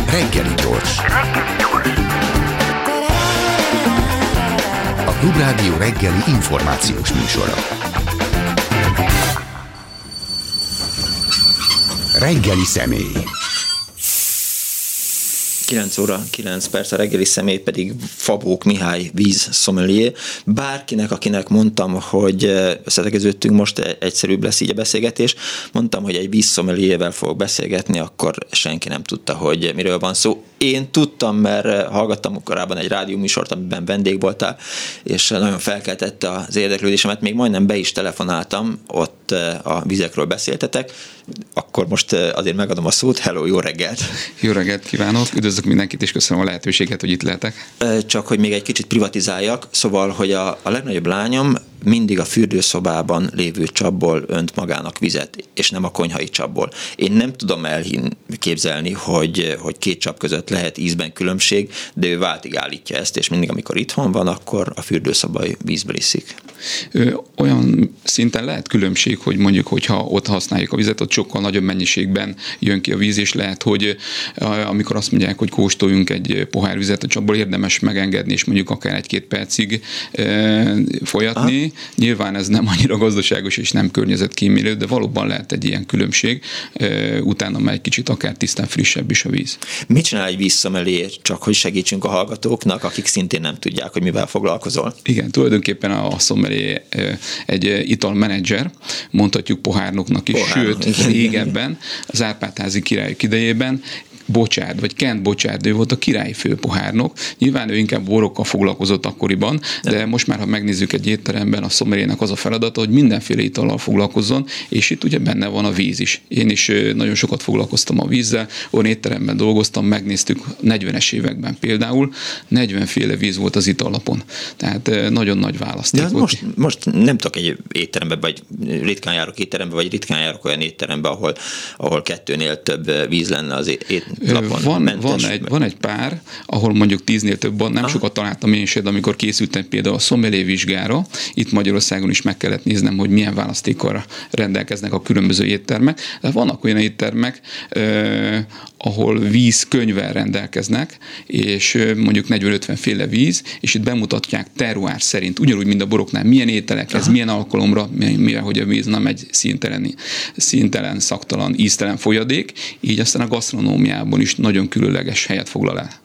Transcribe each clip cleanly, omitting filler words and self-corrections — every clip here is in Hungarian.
Reggeli gyors. A Klubrádió reggeli információs műsora. Reggeli személy. 9 óra 9 perc, a reggeli személy pedig Fabók Mihály vízszomelié. Bárkinek, akinek mondtam, hogy összetegeződtünk, most egyszerűbb lesz így a beszélgetés, mondtam, hogy egy vízszomeliével fogok beszélgetni, akkor senki nem tudta, hogy miről van szó. Én tudtam, mert hallgattam korábban egy rádióműsort, amiben vendég voltál, és nagyon felkeltette az érdeklődésemet, még majdnem be is telefonáltam, ott a vizekről beszéltetek, akkor most azért megadom a szót. Hello, jó reggelt! Jó reggelt kívánok, üdvözlök mindenkit, és köszönöm a lehetőséget, hogy itt lehetek. Csak hogy még egy kicsit privatizáljak, szóval, hogy a legnagyobb lányom mindig a fürdőszobában lévő csapból önt magának vizet, és nem a konyhai csapból. Én nem tudom elképzelni, hogy két csap között lehet ízben különbség, de ő váltig állítja ezt, és mindig, amikor itthon van, akkor a fürdőszobai vízből iszik. Olyan szinten lehet különbség, hogy mondjuk, hogyha ott használjuk a vizet, ott sokkal nagyobb mennyiségben jön ki a víz, és lehet, hogy amikor azt mondják, hogy kóstoljunk egy pohár vizet a csapból, érdemes megengedni, és mondjuk akár 1-2 percig folyatni. Nyilván ez nem annyira gazdaságos és nem környezetkímélő, de valóban lehet egy ilyen különbség, utána már egy kicsit akár tisztán frissebb is a víz. Mit csinál egy vízszomelié, csak hogy segítsünk a hallgatóknak, akik szintén nem tudják, hogy mivel foglalkozol? Igen, tulajdonképpen a szomelié egy italmenedzser, mondhatjuk pohárnoknak is, sőt, régebben, az Árpád-házi királyok idejében Bocsárd, vagy Kent Bocsárd, ő volt a királyi főpohárnok. Nyilván ő inkább borokkal foglalkozott akkoriban, de most már, ha megnézzük egy étteremben, a szomeliének az a feladata, hogy mindenféle itallal foglalkozzon, és itt ugye benne van a víz is. Én is nagyon sokat foglalkoztam a vízzel, olyan étteremben dolgoztam, megnéztük 40-es években például, 40 féle víz volt az itallapon. Tehát nagyon nagy választék volt. Most nem tudok egy étterembe, vagy ritkán járok étterembe, vagy ritkán járok olyan étterembe, ahol 2-nél több víz lenne az Van egy pár, ahol mondjuk 10-nél több van, nem sokat találtam én sem, amikor készültem például a szomelié vizsgára, itt Magyarországon is meg kellett néznem, hogy milyen választékkal rendelkeznek a különböző éttermek, de vannak olyan éttermek, ahol vízkönyvvel rendelkeznek, és mondjuk 40-50 féle víz, és itt bemutatják terroár szerint, ugyanúgy, mint a boroknál, milyen ételekhez, milyen alkalomra, mivel hogy a víz nem egy színtelen, szaktalan, íztelen folyadék, így aztán a gasztronómiában is nagyon különleges helyet foglal el.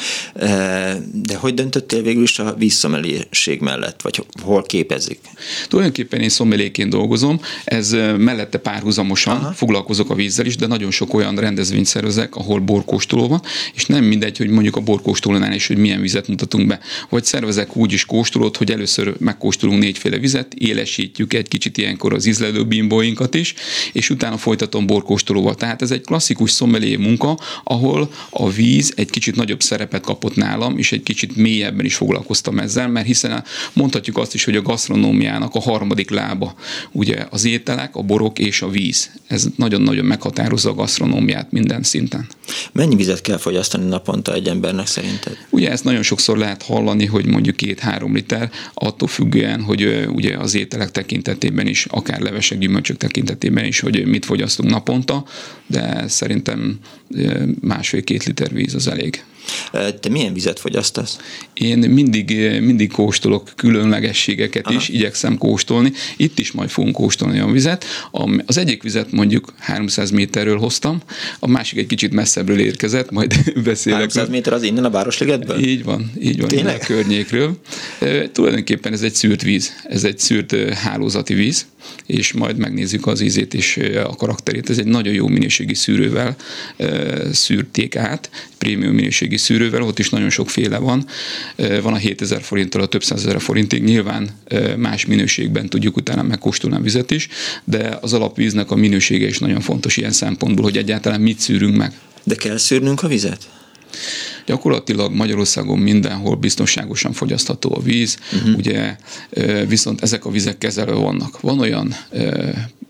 De hogy döntöttél végül is a vízszomeliéség mellett, vagy hol képezik? Tulajdonképpen én szomeliéként dolgozom, ez mellette párhuzamosan foglalkozok a vízzel is, de nagyon sok olyan rendezvényt szervezek, ahol borkóstoló van, és nem mindegy, hogy mondjuk a borkóstolónál is, hogy milyen vizet mutatunk be. Vagy szervezek úgy is kóstolót, hogy először megkóstolunk 4 féle vizet, élesítjük egy kicsit ilyenkor az ízlelő bimbóinkat is, és utána folytatom borkóstolóval. Tehát ez egy klasszikus szomelié munka, ahol a víz egy kicsit nagyobb szerepet kapott nálam, és egy kicsit mélyebben is foglalkoztam ezzel, mert hiszen mondhatjuk azt is, hogy a gasztronómiának a harmadik lába, ugye az ételek, a borok és a víz. Ez nagyon-nagyon meghatározza a gasztronómiát minden szinten. Mennyi vizet kell fogyasztani naponta egy embernek szerinted? Ugye ezt nagyon sokszor lehet hallani, hogy mondjuk 2-3 liter, attól függően, hogy ugye az ételek tekintetében is, akár levesek, gyümölcsök tekintetében is, hogy mit fogyasztunk naponta, de szerintem 1,5-2 liter víz az elég. Te milyen vizet fogyasztasz? Én mindig kóstolok különlegességeket is, igyekszem kóstolni. Itt is majd fogunk kóstolni olyan vizet. Az egyik vizet mondjuk 300 méterről hoztam, a másik egy kicsit messzebbről érkezett, majd beszélek. 300 méter az innen a Városligetből? Így van, a környékről. Tulajdonképpen ez egy szűrt víz, ez egy szűrt hálózati víz, és majd megnézzük az ízét és a karakterét. Ez egy nagyon jó minőségi szűrővel szűrték át, prémium minőségi szűrővel, ott is nagyon sokféle van. Van a 7000 forinttól a több 100 000 forintig, nyilván más minőségben tudjuk utána megkóstolni a vizet is, de az alapvíznek a minősége is nagyon fontos ilyen szempontból, hogy egyáltalán mit szűrünk meg. De kell szűrnünk a vizet? Gyakorlatilag Magyarországon mindenhol biztonságosan fogyasztható a víz, ugye viszont ezek a vizek kezelve vannak. Van olyan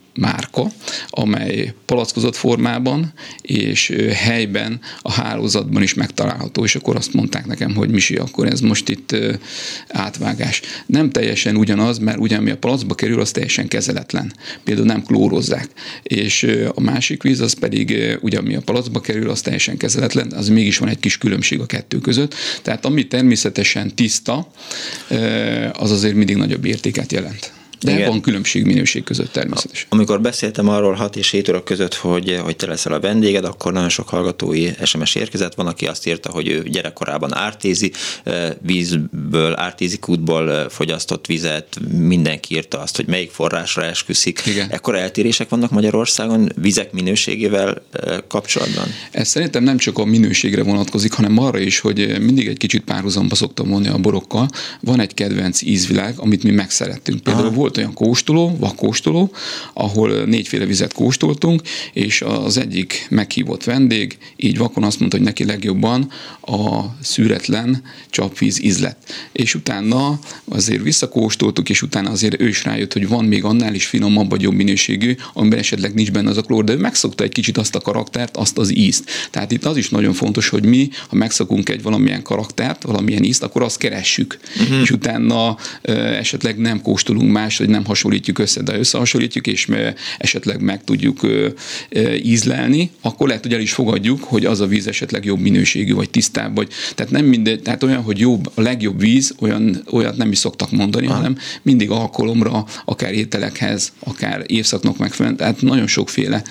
márka, amely palackozott formában és helyben a hálózatban is megtalálható, és akkor azt mondták nekem, hogy Misi, akkor ez most itt átvágás. Nem teljesen ugyanaz, mert ugyan ami a palacba kerül, az teljesen kezeletlen. Például nem klórozzák. És a másik víz, az pedig ugyan ami a palacba kerül, az teljesen kezeletlen, az mégis van egy kis különbség a kettő között. Tehát ami természetesen tiszta, az azért mindig nagyobb értéket jelent. De igen, van különbség minőség között természetesen. Amikor beszéltem arról 6 és 7 óra között, hogy te leszel a vendéged, akkor nagyon sok hallgatói SMS érkezett. Van, aki azt írta, hogy ő gyerekkorában ártézi vízből, ártézi kútból fogyasztott vizet, mindenki írta azt, hogy melyik forrásra esküszik. Igen. Ekkor eltérések vannak Magyarországon vizek minőségével kapcsolatban? Ez szerintem nem csak a minőségre vonatkozik, hanem arra is, hogy mindig egy kicsit párhuzamba szoktam vonni a borokkal. Van egy kedvenc ízvilág, amit mi megszerettünk. Például volt olyan kóstoló, vakkóstoló, ahol 4 vizet kóstoltunk, és az egyik meghívott vendég így vakon azt mondta, hogy neki legjobban a szűretlen csapvíz ízlet. És utána azért visszakóstoltuk, és utána azért ő is rájött, hogy van még annál is finomabb, vagy jobb minőségű, amiben esetleg nincs benne az a klór, de ő megszokta egy kicsit azt a karaktert, azt az ízt. Tehát itt az is nagyon fontos, hogy mi, ha megszokunk egy valamilyen karaktert, valamilyen ízt, akkor azt keressük. És utána esetleg nem kóstolunk más, hogy nem hasonlítjuk össze, de összehasonlítjuk, és esetleg meg tudjuk ízlelni, akkor lehet, hogy el is fogadjuk, hogy az a víz esetleg jobb minőségű, vagy tisztább, vagy tehát nem mindegy, tehát olyan, hogy jobb, a legjobb víz, olyat nem is szoktak mondani, hanem mindig alkalomra, akár ételekhez, akár évszaknak megfelelően, tehát nagyon sokféle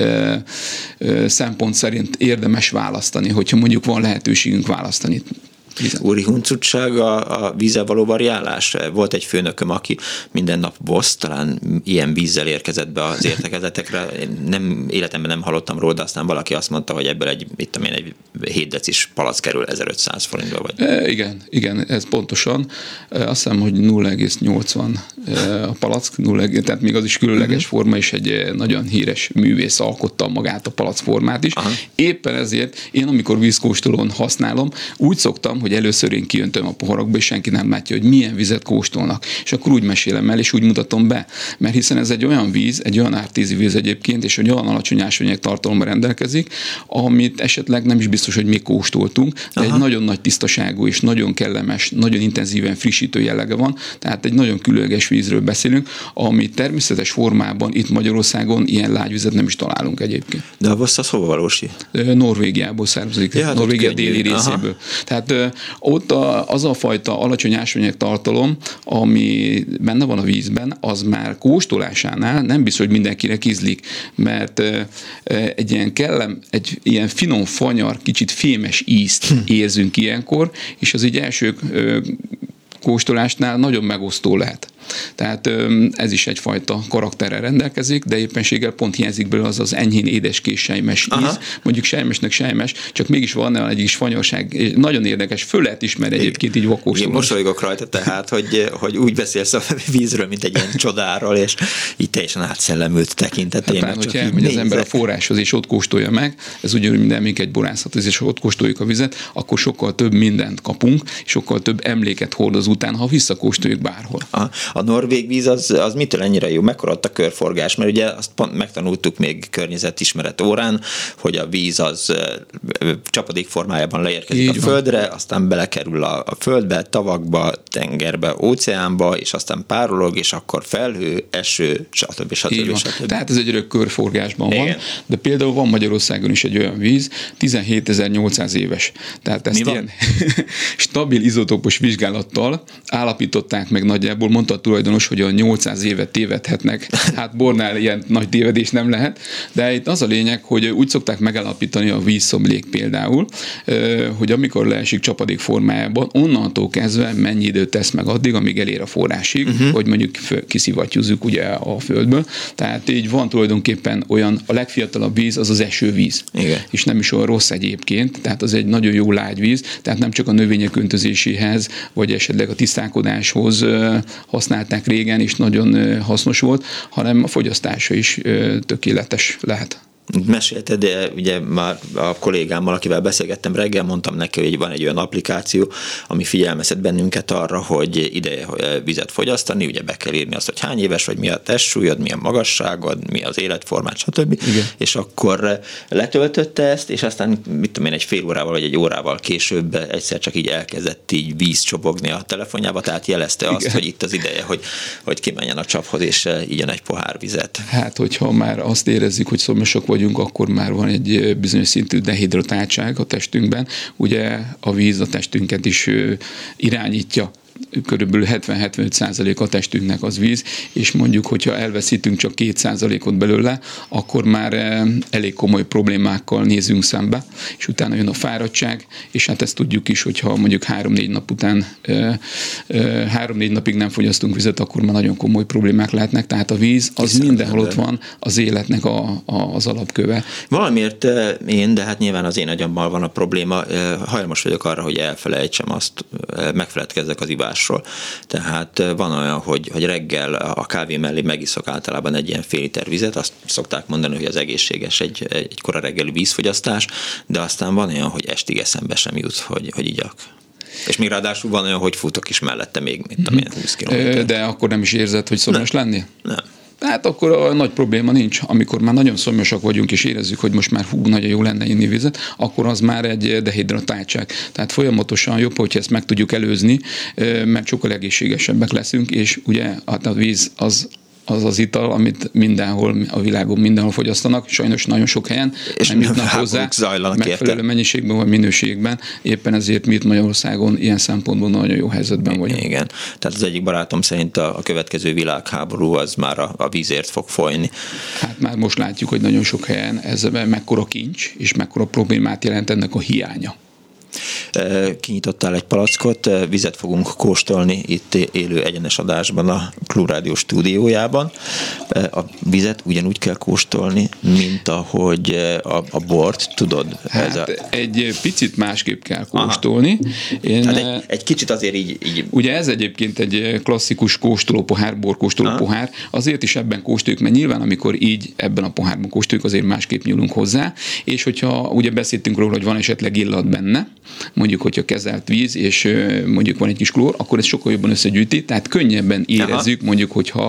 szempont szerint érdemes választani, hogyha mondjuk van lehetőségünk választani. Úri huncutság a vízzel való variálás. Volt egy főnököm, aki minden nap bosz, talán ilyen vízzel érkezett be az értekezletekre. Életemben nem hallottam róla, de aztán valaki azt mondta, hogy ebből egy 7 decis palack kerül 1500 forintba. Vagy. Igen, ez pontosan. Azt hiszem, hogy 0,80 a palack, tehát még az is különleges forma, és egy nagyon híres művész alkotta magát a palack formát is. Aha. Éppen ezért én, amikor vízkóstolón használom, úgy szoktam, hogy először én kijöntöm a poharakba, és senki nem látja, hogy milyen vizet kóstolnak. És akkor úgy mesélem el, és úgy mutatom be. Mert hiszen ez egy olyan víz, egy olyan ártézi víz egyébként, és egy olyan alacsony ásványanyag tartalommal rendelkezik, amit esetleg nem is biztos, hogy mi kóstoltunk, de egy nagyon nagy tisztaságú és nagyon kellemes, nagyon intenzíven frissítő jellege van, tehát egy nagyon különleges vízről beszélünk, ami természetes formában itt Magyarországon ilyen lágyvizet nem is találunk egyébként. De a VOSZ az hova valósít? Norvégiából származik, Norvégia déli részéből. Tehát ott az a fajta alacsony ásványanyag tartalom, ami benne van a vízben, az már kóstolásánál nem biztos, hogy mindenkinek ízlik, mert egy ilyen finom fanyar, kicsit fémes ízt érzünk ilyenkor, és az így első kóstolásnál nagyon megosztó lehet. Tehát ez is egyfajta karakterrel rendelkezik, de éppenséggel pont hiányzik belőle az enyhén édeskés sejmes íz. Mondjuk sejmesnek sejmes, csak mégis van egy kis fanyarság. Nagyon érdekes, föl lehet ismerni egyébként így vakóstolón. Én mosolygok rajta tehát, hogy úgy beszélsz a vízről, mint egy ilyen csodáról, és így teljesen átszellemült tekintetében. Hát, hogyha elmegy az ember a forráshoz, és ott kóstolja meg, ez ugyanúgy, mint elmegyünk egy borászathoz, és ott kóstoljuk a vizet, akkor sokkal több mindent kapunk, és sokkal több emléket hordoz után, ha visszakóstoljuk bárhol. A norvég víz az mitől ennyire jó? Mekkora ott a körforgás? Mert ugye azt pont megtanultuk még környezetismeret órán, hogy a víz az csapadék formájában leérkezik a földre, aztán belekerül a földbe, tavakba, tengerbe, óceánba, és aztán párolog, és akkor felhő, eső, stb. Tehát ez egy örök körforgásban van, de például van Magyarországon is egy olyan víz, 17.800 éves. Tehát ezt ilyen stabil izotópos vizsgálattal állapították meg nagyjából, mondta a tulajdonos, hogy a 800 évet tévedhetnek. Hát bornál ilyen nagy tévedés nem lehet, de itt az a lényeg, hogy úgy szokták megállapítani a vízszomlék például, hogy amikor leesik csapadék formájában, onnantól kezdve mennyi időt tesz meg addig, amíg elér a forrásig, hogy mondjuk kiszivattyúzzuk ugye a földből. Tehát így van tulajdonképpen olyan, a legfiatalabb víz az esővíz. Igen. És nem is olyan rossz egyébként, tehát az egy nagyon jó lágy víz, tehát nem csak a növények öntözéséhez, vagy esetleg a tisztálkodáshoz használták régen, és nagyon hasznos volt, hanem a fogyasztása is tökéletes lehet. Mesélted, de ugye már a kollégámmal, akivel beszélgettem reggel, mondtam neki, hogy van egy olyan applikáció, ami figyelmeztet bennünket arra, hogy ideje vizet fogyasztani, ugye be kell írni azt, hogy hány éves vagy, mi a testsúlyod, mi a magasságod, mi az életformád, stb. Igen. És akkor letöltötte ezt, és aztán mit tudom én, egy fél órával vagy egy órával később egyszer csak így elkezdett így víz csobogni a telefonjába, tehát jelezte azt, hogy itt az ideje, hogy kimenjen a csaphoz, és igyen egy pohár vizet. Hát, hogyha már azt érezzük, hogy szomjasak vagyunk, akkor már van egy bizonyos szintű dehidratáltság a testünkben. Ugye a víz a testünket is irányítja. Körülbelül 70-75% a testünknek az víz, és mondjuk, hogyha elveszítünk csak 2%-ot belőle, akkor már elég komoly problémákkal nézünk szembe, és utána jön a fáradtság, és hát ezt tudjuk is, hogyha mondjuk 3-4 nap után 3-4 napig nem fogyasztunk vizet, akkor már nagyon komoly problémák lehetnek, tehát a víz az mindenhol ott van, az életnek az alapköve. Valamiért de hát nyilván az én agyammal van a probléma, hajlamos vagyok arra, hogy elfelejtsem azt, megfeledkezzek az ivásról. Tehát van olyan, hogy reggel a kávé mellé megiszok általában egy ilyen fél liter vizet, azt szokták mondani, hogy az egészséges egy kora reggeli vízfogyasztás, de aztán van olyan, hogy estig eszembe sem jut, hogy igyak. És még ráadásul van olyan, hogy futok is mellette még, mint amilyen 20 km. De akkor nem is érzed, hogy szomjas lenni? Nem. Hát akkor a nagy probléma nincs. Amikor már nagyon szomjasak vagyunk, és érezzük, hogy most már nagyon jó lenne inni vizet, akkor az már egy dehidratáltság. Tehát folyamatosan jobb, hogyha ezt meg tudjuk előzni, mert sokkal egészségesebbek leszünk, és ugye hát a víz az ital, amit mindenhol, a világon mindenhol fogyasztanak, sajnos nagyon sok helyen, és nem jutnak hozzá megfelelő mennyiségben vagy minőségben. Éppen ezért mi itt Magyarországon ilyen szempontból nagyon jó helyzetben vagyunk. Igen. Tehát az egyik barátom szerint a következő világháború az már a vízért fog folyni. Hát már most látjuk, hogy nagyon sok helyen ez mekkora kincs, és mekkora problémát jelent ennek a hiánya. Kinyitottál egy palackot, vizet fogunk kóstolni itt élő egyenes adásban a Klubrádió stúdiójában. A vizet ugyanúgy kell kóstolni, mint ahogy a bort, tudod? Hát egy picit másképp kell kóstolni. Egy kicsit azért így... Ugye ez egyébként egy klasszikus kóstolópohár, borkóstolópohár. Azért is ebben kóstoljuk, mert nyilván amikor így ebben a pohárban kóstoljuk, azért másképp nyúlunk hozzá, és hogyha ugye beszéltünk róla, hogy van esetleg illat benne, mondjuk, hogyha kezelt víz, és mondjuk van egy kis klór, akkor ez sokkal jobban összegyűjti, tehát könnyebben érezzük, mondjuk, hogyha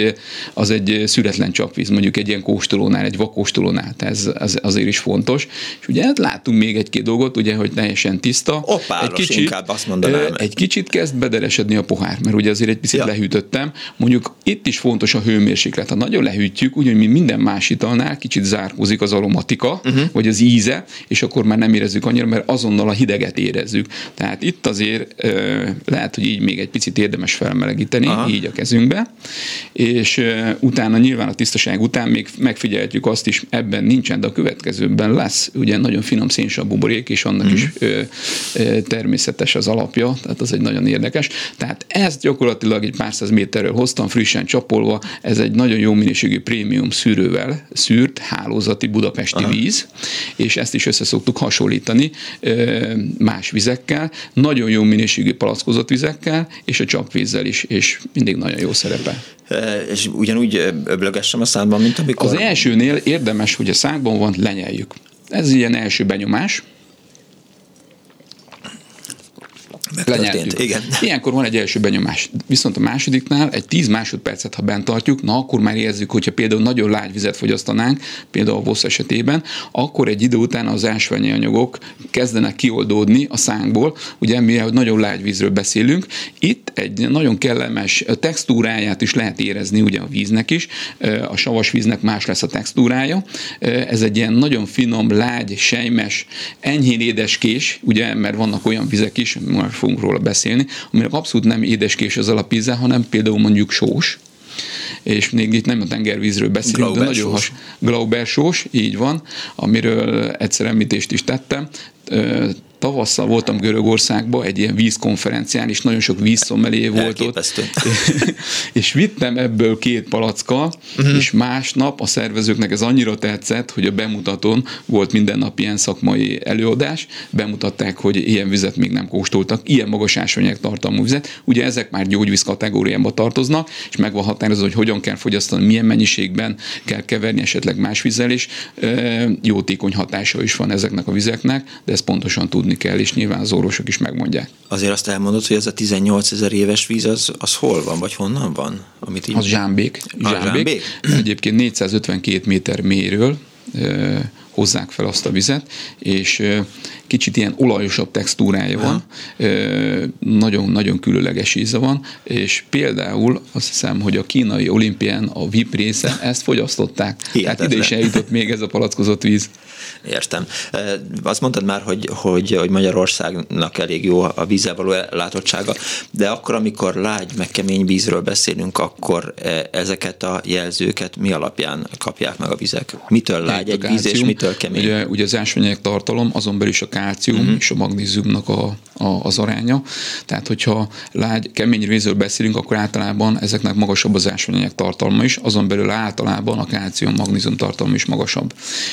az egy szüretlen csapvíz, mondjuk egy ilyen kóstolónál, egy vakkóstolónál, ez azért is fontos. És ugye látunk még egy-két dolgot, ugye, hogy teljesen tiszta. Opálos, inkább azt mondanám. Egy kicsit kezd bederesedni a pohár, mert ugye azért egy picit lehűtöttem. Mondjuk itt is fontos a hőmérséklet. Ha nagyon lehűtjük, úgy, mint minden más italnál, kicsit zárkózik az aromatika, vagy az íze, és akkor már nem érezzük annyira, mert azonnal a hideget érezzük. Tehát itt azért lehet, hogy így még egy picit érdemes felmelegíteni, így a kezünkbe, és utána nyilván a tisztaság után még megfigyelhetjük azt is, ebben nincsen, de a következőben lesz ugye nagyon finom szénsav buborék, és annak is természetes az alapja, tehát az egy nagyon érdekes. Tehát ezt gyakorlatilag egy pár száz méterről hoztam, frissen csapolva, ez egy nagyon jó minőségű prémium szűrővel szűrt hálózati budapesti víz, és ezt is össze szoktuk hasonlítani más vizekkel, nagyon jó minőségű palackozott vizekkel, és a csapvízzel is, és mindig nagyon jó szerepel. És ugyanúgy öblögessem a számban, mint amikor... Az elsőnél érdemes, hogy a szánkban van, lenyeljük. Ez ilyen első benyomás. Megtörtént, igen. Ilyenkor van egy első benyomás. Viszont a másodiknál egy 10 másodpercet, ha bent tartjuk, na akkor már érezzük, hogyha például nagyon lágy vizet fogyasztanánk, például a VOSZ esetében, akkor egy idő után az ásványi anyagok kezdenek kioldódni a szánkból, ugye mivel nagyon lágy vízről beszélünk. Itt egy nagyon kellemes textúráját is lehet érezni ugye a víznek is, a savas víznek más lesz a textúrája. Ez egy ilyen nagyon finom, lágy, sejmes, enyhén édeskés, ugye, mert vannak olyan vizek is, már fogunk róla beszélni, aminek abszolút nem édeskés az alapíze, hanem például mondjuk sós, és még itt nem a tengervízről beszélünk, de nagyon glaubersós, így van, amiről egyszer említést is tettem. Tavasszal voltam Görögországban egy ilyen vízkonferencián, és nagyon sok vízszommelé volt ott. És vittem ebből 2 palacka, és másnap a szervezőknek ez annyira tetszett, hogy a bemutatón volt minden nap ilyen szakmai előadás, bemutatták, hogy ilyen vizet még nem kóstoltak, ilyen magas ásványanyag tartalmú vizet. Ugye ezek már gyógyvíz kategóriába tartoznak, és meg van határozva, hogy hogyan kell fogyasztani, milyen mennyiségben kell keverni esetleg más vízzel is. Jótékony hatása is van ezeknek a vizeknek, de ezt pontosan tudni kell, és nyilván az orvosok is megmondják. Azért azt elmondod, hogy ez a 18 000 éves víz, az hol van, vagy honnan van? Amit így... Az Zsámbék. Egyébként 452 méter mélyről hozzák fel azt a vizet, és kicsit ilyen olajosabb textúrája van, nagyon-nagyon különleges íze van, és például azt hiszem, hogy a kínai olimpián a VIP része ezt fogyasztották. Tehát ide is eljutott még ez a palackozott víz. Értem. Azt mondtad már, hogy Magyarországnak elég jó a vízzel való látottsága, de akkor, amikor lágy, meg kemény vízről beszélünk, akkor ezeket a jelzőket mi alapján kapják meg a vizek? Mitől lágy egy víz, és mitől kemény? Ugye az ásványanyag tartalom, azon belül is a kálcium és a magnéziumnak az aránya. Tehát, hogyha lágy, kemény vízről beszélünk, akkor általában ezeknek magasabb az ásványanyag tartalma is, azon belül általában a kálcium, magnézium tartalma is magasabb.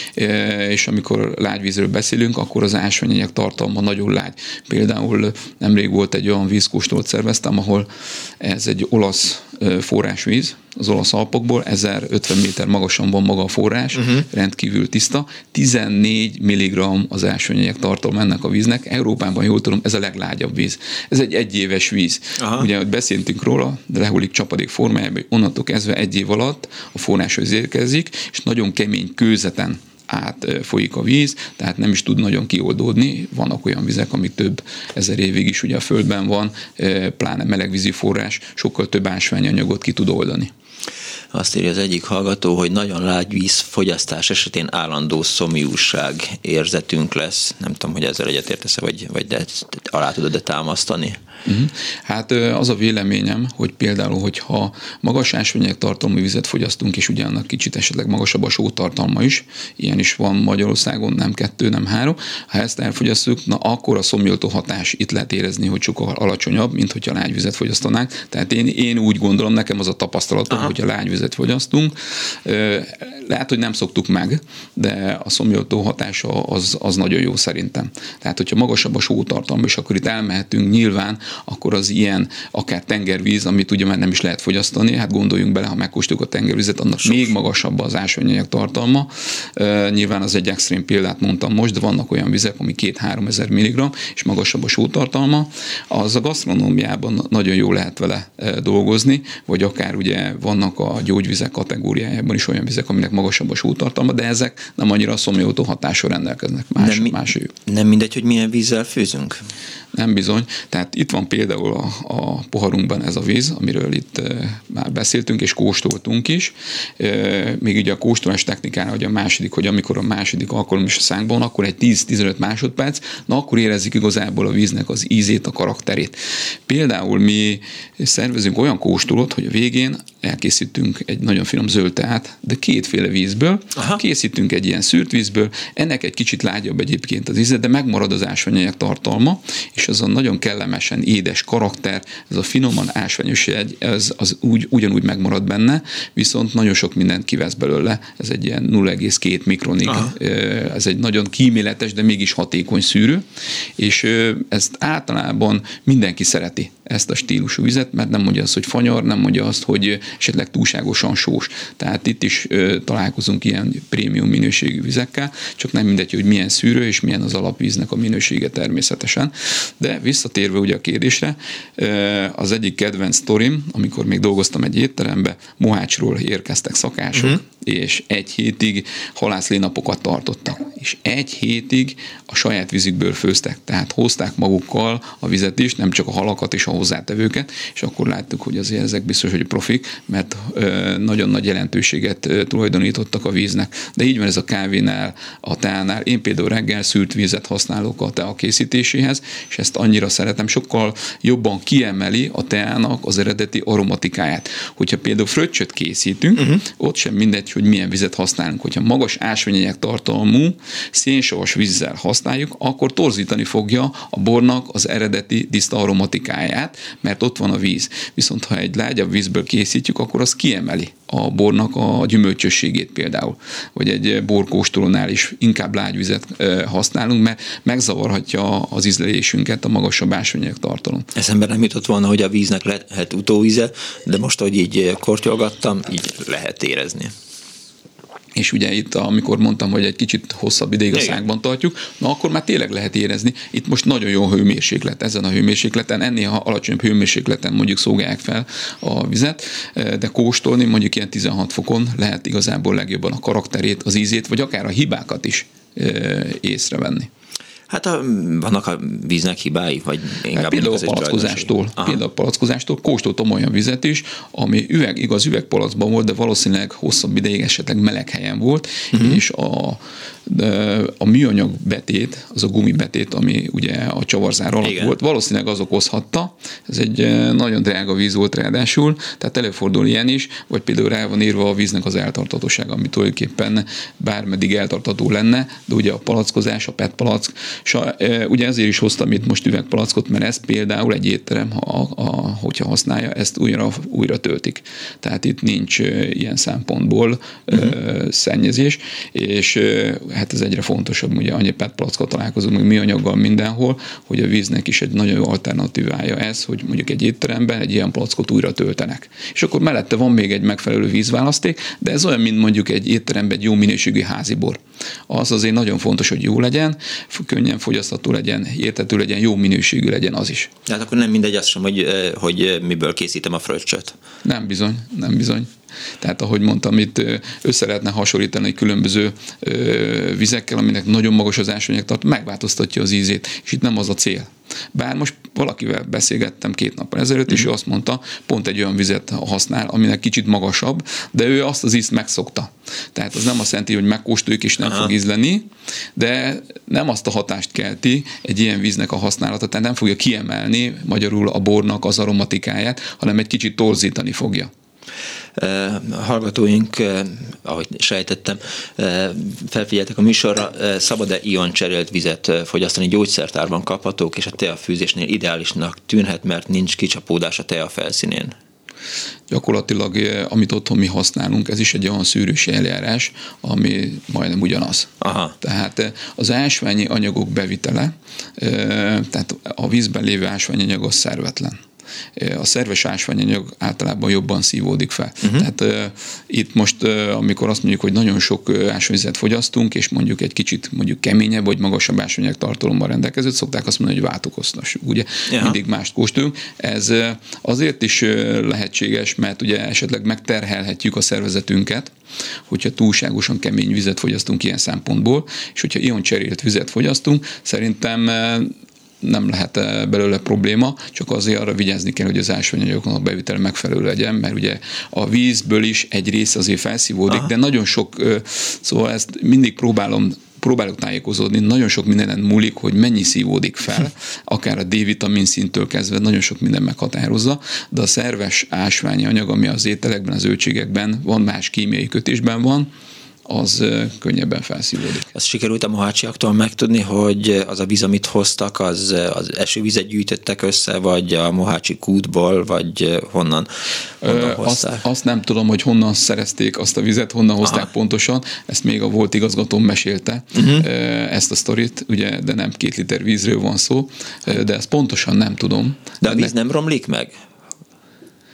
És amikor lágyvízről beszélünk, akkor az ásványanyag tartalma nagyon lágy. Például nemrég volt egy olyan vízkóstolt szerveztem, ahol ez egy olasz forrásvíz, az olasz Alpokból, 1050 méter magasan van maga a forrás, rendkívül tiszta, 14 mg az ásványanyag tartalma ennek a víznek. Európában, jól tudom, ez a leglágyabb víz. Ez egy egyéves víz. Aha. Ugye, hogy beszéltünk róla, de lehullik csapadék formájában, hogy onnantól kezdve 1 év alatt a forráshoz érkezik, és nagyon kemény kőzeten átfolyik a víz, tehát nem is tud nagyon kioldódni. Vannak olyan vizek, amik több ezer évig is ugye a földben van, pláne melegvízi forrás, sokkal több ásványanyagot ki tud oldani. Azt írja az egyik hallgató, hogy nagyon lágy víz fogyasztás esetén állandó szomjúság érzetünk lesz. Nem tudom, hogy ezzel egyetértesz, vagy de alá tudod-e támasztani? Hát az a véleményem, hogy például, hogyha magas ásványanyag tartalmú vizet fogyasztunk, és ugyanak kicsit esetleg magasabb a sótartalma is, ilyen is van Magyarországon, nem 2, nem 3, ha ezt elfogyasztjuk, na akkor a szomjoltó hatás itt lehet érezni, hogy sokkal alacsonyabb, mint hogyha lágyvizet fogyasztanánk. Tehát én úgy gondolom, nekem az a tapasztalatom, hogyha lágyvizet fogyasztunk, lehet, hogy nem szoktuk meg, de a szomjoltó hatása az nagyon jó szerintem. Tehát, hogyha magasabb a sótartalma, és akkor itt elmehetünk nyilván, akkor az ilyen akár tengervíz, amit ugye már nem is lehet fogyasztani, hát gondoljunk bele, ha megkóstoljuk a tengervizet, annak még magasabb az ásványanyag tartalma. Nyilván az egy extrém példát mondtam most, de vannak olyan vizek, ami 2-3 ezer mg, és magasabb a sótartalma. Az a gasztronómiában nagyon jó lehet vele dolgozni, vagy akár ugye vannak a gyógyvizek kategóriájában is olyan vizek, aminek magasabb a sótartalma, de ezek nem annyira a szomjoltó hatással rendelkeznek. Nem mindegy, hogy milyen vízzel főzünk? Nem bizony. Tehát itt van például a poharunkban ez a víz, amiről itt már beszéltünk, és kóstoltunk is. Még ugye a kóstolás technikára, hogy a második, hogy amikor a második alkalom is a szánkban, akkor egy 10-15 másodperc, na akkor érezzük igazából a víznek az ízét, a karakterét. Például mi szervezünk olyan kóstolót, hogy a végén elkészítünk egy nagyon finom zöld teát, de 2 vízből. Aha. Készítünk egy ilyen szűrt vízből, ennek egy kicsit lágyabb egyébként az íze, de megmarad az ásványanyag tartalma, és az a nagyon kellemesen édes karakter, ez a finoman ásványos jegy, az ugyanúgy megmarad benne, viszont nagyon sok mindent kivesz belőle, ez egy ilyen 0,2 mikronig, ez egy nagyon kíméletes, de mégis hatékony szűrő, és ezt általában mindenki szereti, ezt a stílusú vizet, mert nem mondja azt, hogy fanyar, nem mondja azt, hogy esetleg túlságosan sós. Tehát itt is találkozunk ilyen prémium minőségű vizekkel, csak nem mindegy, hogy milyen szűrő és milyen az alapvíznek a minősége természetesen. De visszatérve ugye a kérdésre, az egyik kedvenc sztorim, amikor még dolgoztam egy étterembe, Mohácsról érkeztek szakások, és 1 hétig halászlénapokat tartottak. És 1 hétig a saját vízükből főztek. Tehát hozták magukkal a vizet is, nem csak a halakat és a hozzátevőket, és akkor láttuk, hogy azért ezek biztos, hogy profik, mert nagyon nagy jelentőséget tulajdonítottak a víznek. De így van ez a kávénál, a teánál. Én például reggel szűrt vízet használok a tea készítéséhez, és ezt annyira szeretem, sokkal jobban kiemeli a teának az eredeti aromatikáját. Hogyha például fröccsöt készítünk, ott sem mindegy, hogy milyen vizet használunk. Hogyha magas ásványanyag tartalmú, szénsavas vízzel használjuk, akkor torzítani fogja a bornak az eredeti tiszta aromatikáját, mert ott van a víz. Viszont ha egy lágyabb vízből készítjük, akkor az kiemeli a bornak a gyümölcsösségét például. Vagy egy borkóstolónál is inkább lágyvizet használunk, mert megzavarhatja az ízlelésünket a magasabb ásványanyag tartalom. Eszembe nem jutott volna, hogy a víznek lehet utóíze, de most, hogy így kortyolgattam, így lehet érezni. És ugye itt, amikor mondtam, hogy egy kicsit hosszabb ideig a szánkban tartjuk, na akkor már tényleg lehet érezni. Itt most nagyon jó hőmérséklet, ezen a hőmérsékleten, ennél alacsonyabb hőmérsékleten mondjuk szolgálják fel a vizet, de kóstolni mondjuk ilyen 16 fokon lehet igazából legjobban a karakterét, az ízét, vagy akár a hibákat is észrevenni. Hát vannak a víznek hibái, vagy inkább például a palackozástól kóstoltam olyan vizet is, ami üvegpalacban volt, de valószínűleg hosszabb ideig esetleg meleg helyen volt, és a műanyag betét, az a gumibetét, ami ugye a csavarzár alatt volt, valószínűleg az okozhatta. Ez egy nagyon drága víz volt ráadásul, tehát előfordul ilyen is, vagy például rá van írva a víznek az eltartatósága, ami tulajdonképpen bármeddig eltartató lenne, de ugye a palackozás, a PET palack, ugye ezért is hoztam itt most üvegpalackot, mert ez például egy étterem, hogyha használja, ezt újra töltik. Tehát itt nincs ilyen szempontból szennyezés, és hát ez egyre fontosabb, ugye annyi PET palackot találkozunk, meg műanyaggal mindenhol, hogy a víznek is egy nagyon jó alternatívája ez, hogy mondjuk egy étteremben egy ilyen palackot újra töltenek. És akkor mellette van még egy megfelelő vízválaszték, de ez olyan, mint mondjuk egy étteremben egy jó minőségű házibor. Az azért nagyon fontos, hogy jó legyen, könnyen fogyasztható legyen, érthető legyen, jó minőségű legyen az is. Tehát akkor nem mindegy az sem, hogy miből készítem a fröccsöt. Nem bizony. Tehát ahogy mondtam, itt össze lehetne hasonlítani különböző vizekkel, aminek nagyon magas az ásványanyag tartalom, megváltoztatja az ízét, és itt nem az a cél. Bár most valakivel beszélgettem 2 nappal ezelőtt, és ő azt mondta, pont egy olyan vizet használ, aminek kicsit magasabb, de ő azt az ízt megszokta. Tehát az nem azt jelenti, hogy megkóstoljuk és nem fog ízleni, de nem azt a hatást kelti egy ilyen víznek a használata, tehát nem fogja kiemelni magyarul a bornak az aromatikáját, hanem egy kicsit torzítani fogja. Hallgatóink, ahogy sejtettem, felfigyeltek a műsorra, szabad-e ioncserélt vizet fogyasztani, gyógyszertárban kaphatók, és a teafűzésnél ideálisnak tűnhet, mert nincs kicsapódás a tea felszínén. Gyakorlatilag, amit otthon mi használunk, ez is egy olyan szűrősi eljárás, ami majdnem ugyanaz. Aha. Tehát az ásványi anyagok bevitele, tehát a vízben lévő ásványi anyag az szervetlen. A szerves ásványanyag általában jobban szívódik fel. Tehát itt most, amikor azt mondjuk, hogy nagyon sok ásványvizet fogyasztunk, és mondjuk egy kicsit keményebb, vagy magasabb ásványanyag tartalommal rendelkezőt, szokták azt mondani, hogy váltokoztassuk. Ugye mindig mást kóstolunk. Ez azért is lehetséges, mert ugye esetleg megterhelhetjük a szervezetünket, hogyha túlságosan kemény vizet fogyasztunk ilyen szempontból, és hogyha ioncserélt vizet fogyasztunk, szerintem nem lehet belőle probléma, csak azért arra vigyázni kell, hogy az ásványanyagoknak a bevitele megfelelő legyen, mert ugye a vízből is egy rész azért felszívódik, de nagyon sok, szóval ezt mindig próbálok tájékozódni, nagyon sok mindenen múlik, hogy mennyi szívódik fel, akár a D-vitamin szintől kezdve, nagyon sok minden meghatározza, de a szerves ásványi anyag, ami az ételekben, az zöldségekben van, más kémiai kötésben van, az könnyebben felszívódik. Azt sikerült a mohácsiaktól megtudni, hogy az a víz, amit hoztak, az esővizet gyűjtöttek össze, vagy a mohácsi kútból, vagy honnan hozták? Azt nem tudom, hogy honnan szerezték azt a vizet, honnan hozták pontosan. Ezt még a volt igazgatóm mesélte, ezt a sztorit, ugye, de nem 2 liter vízről van szó, de ezt pontosan nem tudom. De a víz nem romlik meg?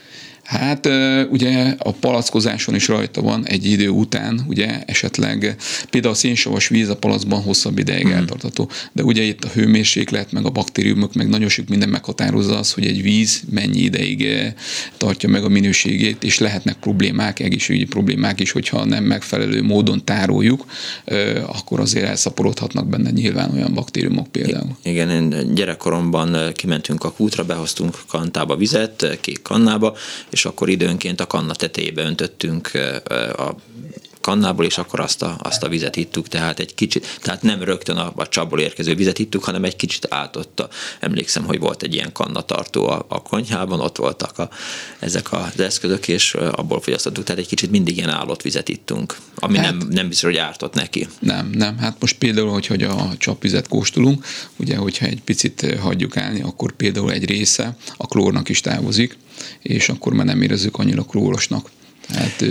Hát ugye a palackozáson is rajta van egy idő után, ugye esetleg például a szénsavas víz a palackban hosszabb ideig eltartható, de ugye itt a hőmérséklet, meg a baktériumok, meg nagyon sok minden meghatározza az, hogy egy víz mennyi ideig tartja meg a minőségét, és lehetnek problémák, egészségügyi problémák is, hogyha nem megfelelő módon tároljuk, akkor azért elszaporodhatnak benne nyilván olyan baktériumok például. Igen, én gyerekkoromban kimentünk a kútra, behoztunk kantába vizet, kék kannába, és akkor időnként a kanna tetejébe öntöttünk a kannából, és akkor azt a vizet ittuk, tehát egy kicsit, tehát nem rögtön a csapból érkező vizet ittuk, hanem egy kicsit átotta. Emlékszem, hogy volt egy ilyen kannatartó a konyhában, ott voltak ezek az eszközök, és abból fogyasztottuk, tehát egy kicsit mindig ilyen állott vizet ittunk, ami nem biztos, hogy ártott neki. Nem. Hát most például, hogy a csapvizet kóstolunk, ugye, hogyha egy picit hagyjuk állni, akkor például egy része a klórnak is távozik, és akkor már nem érezzük annyira klórosnak. Hát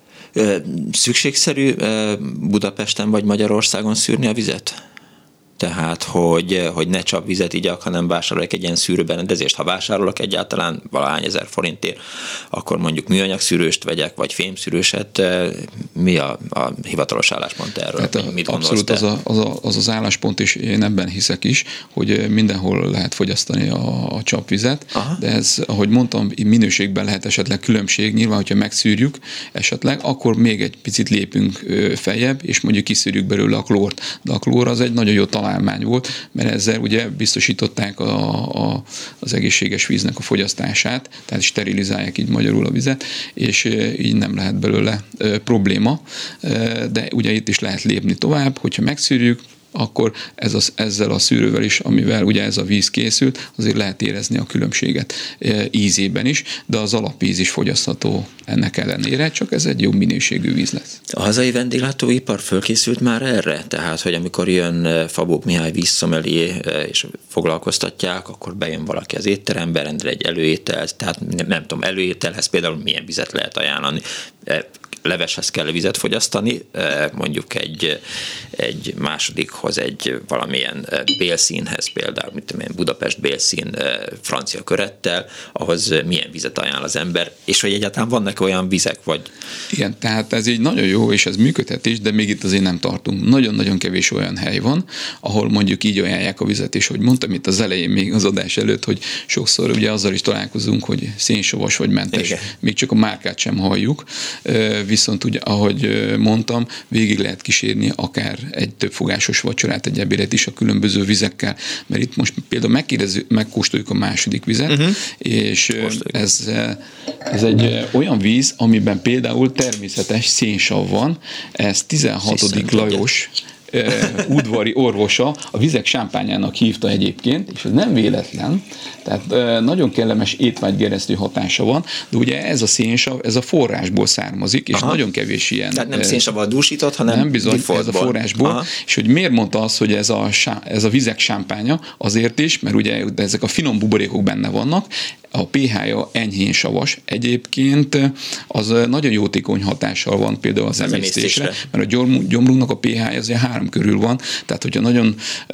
szükségszerű Budapesten vagy Magyarországon szűrni a vizet? Tehát, hogy ne csapvizet igyak, hanem vásárolok egy ilyen szűrőberendezést. Ha vásárolok egyáltalán valahány ezer forintért, akkor mondjuk műanyag szűrőst vegyek, vagy fémszűrőset. Mi a hivatalos álláspont erről? Hát mit abszolút az álláspont, és én ebben hiszek is, hogy mindenhol lehet fogyasztani a csapvizet, de ez, ahogy mondtam, minőségben lehet esetleg különbség. Nyilván, hogyha megszűrjük esetleg, akkor még egy picit lépünk feljebb, és mondjuk kiszűrjük belőle a klórt. De a klór az egy nagyon jó találmány volt, mert ezzel ugye biztosították az egészséges víznek a fogyasztását, tehát sterilizálják így magyarul a vizet, és így nem lehet belőle probléma, de ugye itt is lehet lépni tovább, hogyha megszűrjük, akkor ezzel a szűrővel is, amivel ugye ez a víz készült, azért lehet érezni a különbséget ízében is, de az alapvíz is fogyasztható ennek ellenére, csak ez egy jobb minőségű víz lesz. A hazai vendéglátóipar fölkészült már erre? Tehát, hogy amikor jön Fabók Mihály vízszomelié és foglalkoztatják, akkor bejön valaki az étterembe, rendel egy előételt, tehát nem tudom, előételhez például milyen vizet lehet ajánlani. Leveshez kell vizet fogyasztani, mondjuk egy másodikhoz egy valamilyen bélszínhez, például, mint Budapest bélszín francia körettel, ahhoz milyen vizet ajánl az ember, és hogy egyáltalán vannak olyan vizek, vagy... Igen, tehát ez így nagyon jó, és ez működhet is, de még itt azért nem tartunk. Nagyon-nagyon kevés olyan hely van, ahol mondjuk így ajánlják a vizet, és hogy mondtam itt az elején még az adás előtt, hogy sokszor ugye azzal is találkozunk, hogy szénsavas vagy mentes. Igen. Még csak a márkát sem halljuk, viszont ugye, ahogy mondtam, végig lehet kísérni akár egy többfogásos vacsorát, egy ebédet is a különböző vizekkel, mert itt most például megkóstoljuk a második vizet, és ez egy olyan víz, amiben például természetes szénsav van, ez 16. Lajos udvari orvosa a vizek sámpányának hívta egyébként, és ez nem véletlen, tehát nagyon kellemes étvágygeresztő hatása van, de ugye ez a szénsav, ez a forrásból származik, és nagyon kevés ilyen... Tehát nem szénsavval dúsított, hanem nem bizony, ez a forrásból, és hogy miért mondta azt, hogy ez a vizek sámpánya, azért is, mert ugye ezek a finom buborékok benne vannak, a pH-ja enyhén savas. Egyébként az nagyon jótékony hatással van például az emésztésre, mert a gyomrunknak a pH-ja az 3 körül van, tehát hogyha nagyon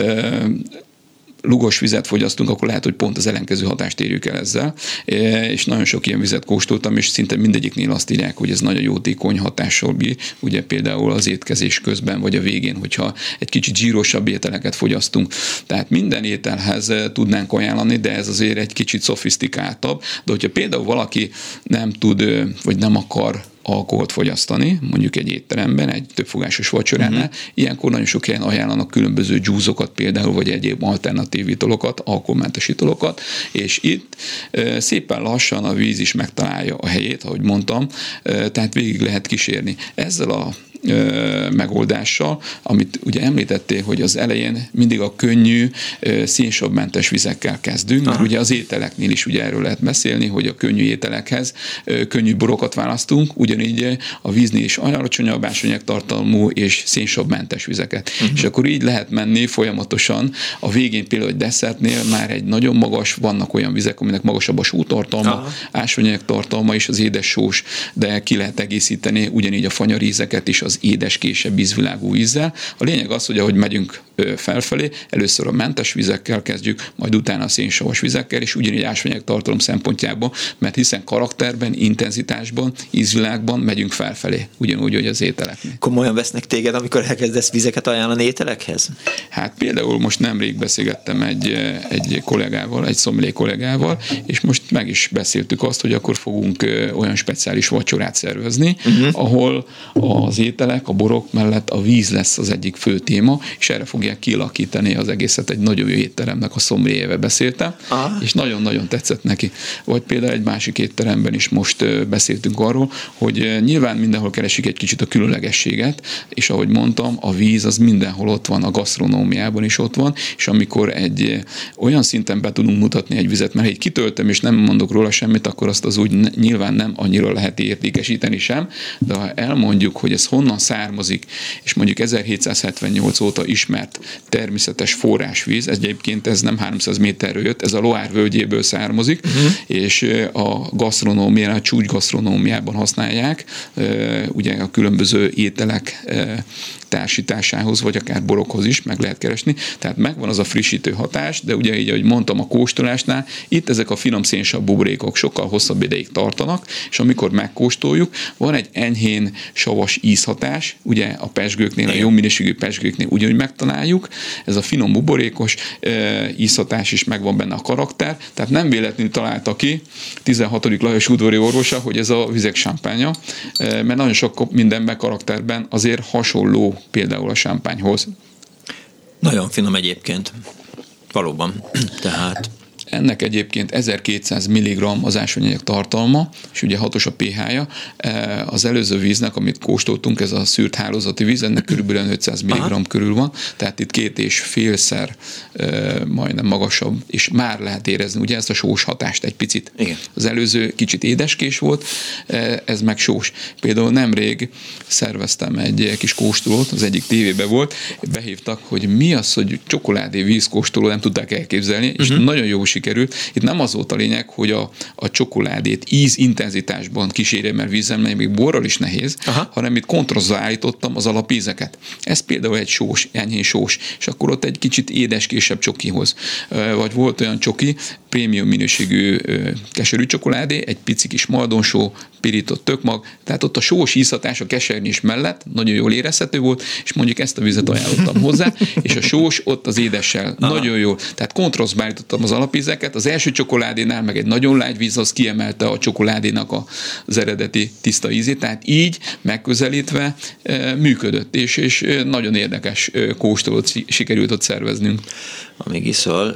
lugos vizet fogyasztunk, akkor lehet, hogy pont az ellenkező hatást érjük el ezzel, és nagyon sok ilyen vizet kóstoltam, és szinte mindegyiknél azt írják, hogy ez nagyon jótékony hatással bír, ugye például az étkezés közben, vagy a végén, hogyha egy kicsit zsírosabb ételeket fogyasztunk. Tehát minden ételhez tudnánk ajánlani, de ez azért egy kicsit szofisztikáltabb, de hogyha például valaki nem tud, vagy nem akar alkoholt fogyasztani, mondjuk egy étteremben, egy többfogásos vacsoránál, ilyenkor nagyon sok helyen ajánlanak különböző dzsúzokat például, vagy egyéb alternatív italokat, alkoholmentes italokat, és itt szépen lassan a víz is megtalálja a helyét, ahogy mondtam, tehát végig lehet kísérni. Ezzel a megoldással, amit ugye említettél, hogy az elején mindig a könnyű, szénsavmentes vizekkel kezdünk, mert ugye az ételeknél is ugye erről lehet beszélni, hogy a könnyű ételekhez könnyű borokat választunk, ugyanígy a víznél is alacsonyabb ásványanyagtartalmú és szénsavmentes vizeket. És akkor így lehet menni folyamatosan. A végén például egy desszertnél már egy nagyon magas, vannak olyan vizek, aminek magasabb a sótartalma, ásványanyagtartalma és az édessós, de ki lehet egészíteni ugyanígy a fanyarízeket is az édes, késebb ízvilágú ízzel. A lényeg az, hogy ahogy megyünk felfelé. Először a mentes vizekkel kezdjük, majd utána a szénsavas vizekkel, és ugyanígy ásványanyag tartalom szempontjából, mert hiszen karakterben, intenzitásban, ízvilágban megyünk felfelé, ugyanúgy, hogy az ételeknél. Komolyan vesznek téged, amikor elkezdesz vizeket ajánlani ételekhez? Hát például most nemrég beszélgettem egy kollégával, egy szommelé kollégával, és most meg is beszéltük azt, hogy akkor fogunk olyan speciális vacsorát szervezni, ahol az ételek, a borok mellett a víz lesz az egyik fő téma, és erre fogják kialakítani az egészet. Egy nagyon jó étteremnek a szommeléjével beszéltem, és nagyon-nagyon tetszett neki. Vagy például egy másik étteremben is most beszéltünk arról, hogy nyilván mindenhol keresik egy kicsit a különlegességet, és ahogy mondtam, a víz az mindenhol ott van, a gasztronómiában is ott van, és amikor egy olyan szinten be tudunk mutatni egy vizet, mert ha így kitöltöm, és nem mondok róla semmit, akkor azt az úgy nyilván nem annyira lehet értékesíteni sem, de ha elmondjuk, hogy ez honnan származik, és mondjuk 1778 óta ismert természetes forrásvíz, egyébként ez nem 300 méterről jött, ez a Loire völgyéből származik, és a gasztronómiában, a csúcsgasztronómiában használják, ugye a különböző ételek társításához, vagy akár borokhoz is meg lehet keresni. Tehát megvan az a frissítő hatás, de ugye így, ahogy mondtam a kóstolásnál, itt ezek a finom szénsav buborékok sokkal hosszabb ideig tartanak, és amikor megkóstoljuk, van egy enyhén savas ízhatás, ugye a pezsgőknél, a jó minőségű pezsgőknél ugyanúgy megtaláljuk, ez a finom buborékos ízhatás is megvan benne a karakter, tehát nem véletlenül találta ki 16. Lajos udvari orvosa, hogy ez a vizek sámpánya, mert nagyon sok mindenben, karakterben azért hasonló például a sámpányhoz. Nagyon finom egyébként. Valóban. Tehát... Ennek egyébként 1200 mg az ásványanyag tartalma, és ugye 6-os a pH-ja. Az előző víznek, amit kóstoltunk, ez a szűrt hálózati víz, ennek körülbelül 500 mg körül van, tehát itt 2,5-szer majdnem magasabb, és már lehet érezni ugye ezt a sós hatást egy picit. Igen. Az előző kicsit édeskés volt, ez meg sós. Például nemrég szerveztem egy kis kóstolót, az egyik tévében volt, behívtak, hogy mi az, hogy csokoládé vízkóstoló, nem tudták elképzelni, és nagyon jó sikerült. Itt nem az volt a lényeg, hogy a csokoládét ízintenzitásban kísérjem el vízzel, mert még borral is nehéz, hanem itt kontrasztba állítottam az alapízeket. Ez például egy sós, enyhén sós, és akkor ott egy kicsit édeskésebb csokihoz. Vagy volt olyan csoki, prémium minőségű keserű csokoládé, egy pici kis maldonsó, pirított tökmag, tehát ott a sós ízhatás a kesernyés mellett nagyon jól érezhető volt, és mondjuk ezt a vizet ajánlottam hozzá, és a sós ott az édessel nagyon jó. Tehát kontrasztba állítottam az alapízeket, az első csokoládénál meg egy nagyon lágy víz, az kiemelte a csokoládénak az eredeti tiszta ízét, tehát így megközelítve működött, és nagyon érdekes kóstolót sikerült ott szerveznünk. Amíg iszol,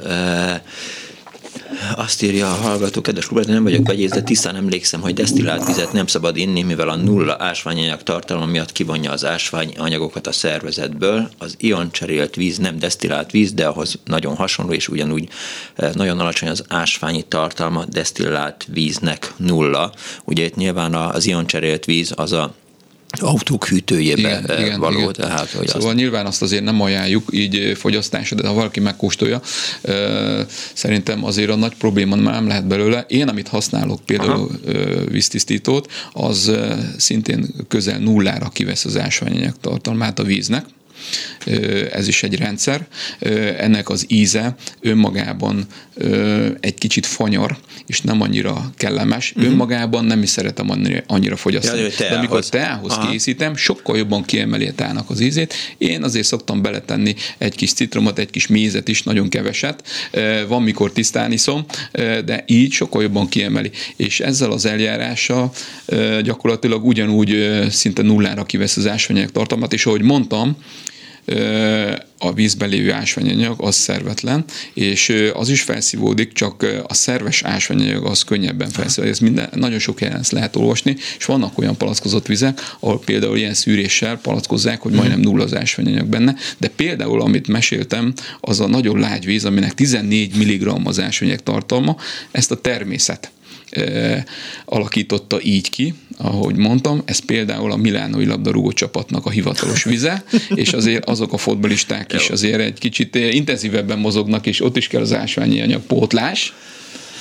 azt írja a hallgató, kedves Robert, nem vagyok vegyész, de tisztán emlékszem, hogy desztillált vizet nem szabad inni, mivel a nulla ásványanyag tartalma miatt kivonja az ásványanyagokat a szervezetből. Az ioncserélt víz nem desztillált víz, de ahhoz nagyon hasonló, és ugyanúgy nagyon alacsony az ásványi tartalma, desztillált víznek nulla. Ugye itt nyilván az ioncserélt víz az a autók hűtőjébe való. Igen. Tehát, hogy szóval nyilván azt azért nem ajánljuk így fogyasztásra, de ha valaki megkóstolja, szerintem azért a nagy probléma már nem lehet belőle. Én, amit használok például víztisztítót, az szintén közel nullára kivesz az ásványanyag tartalmát a víznek. Ez is egy rendszer. Ennek az íze önmagában egy kicsit fanyar, és nem annyira kellemes. Önmagában nem is szeretem annyira fogyasztani. De amikor teához készítem, sokkal jobban kiemeli a teának az ízét. Én azért szoktam beletenni egy kis citromot, egy kis mézet is, nagyon keveset. Van, mikor tisztán iszom, de így sokkal jobban kiemeli. És ezzel az eljárással gyakorlatilag ugyanúgy szinte nullára kivesz az ásványanyag tartalmat, és ahogy mondtam, a vízben lévő ásványanyag az szervetlen, és az is felszívódik, csak a szerves ásványanyag az könnyebben felszívódik. Ez nagyon sok helyen ezt lehet olvasni, és vannak olyan palackozott vizek, ahol például ilyen szűréssel palackozzák, hogy majdnem nulla az ásványanyag benne, de például, amit meséltem, az a nagyon lágy víz, aminek 14 mg az ásványanyag tartalma, ezt a természet alakította így ki, ahogy mondtam, ez például a milánói labdarúgó csapatnak a hivatalos vize, és azért azok a futballisták is azért egy kicsit intenzívebben mozognak, és ott is kell az ásványi anyag pótlás.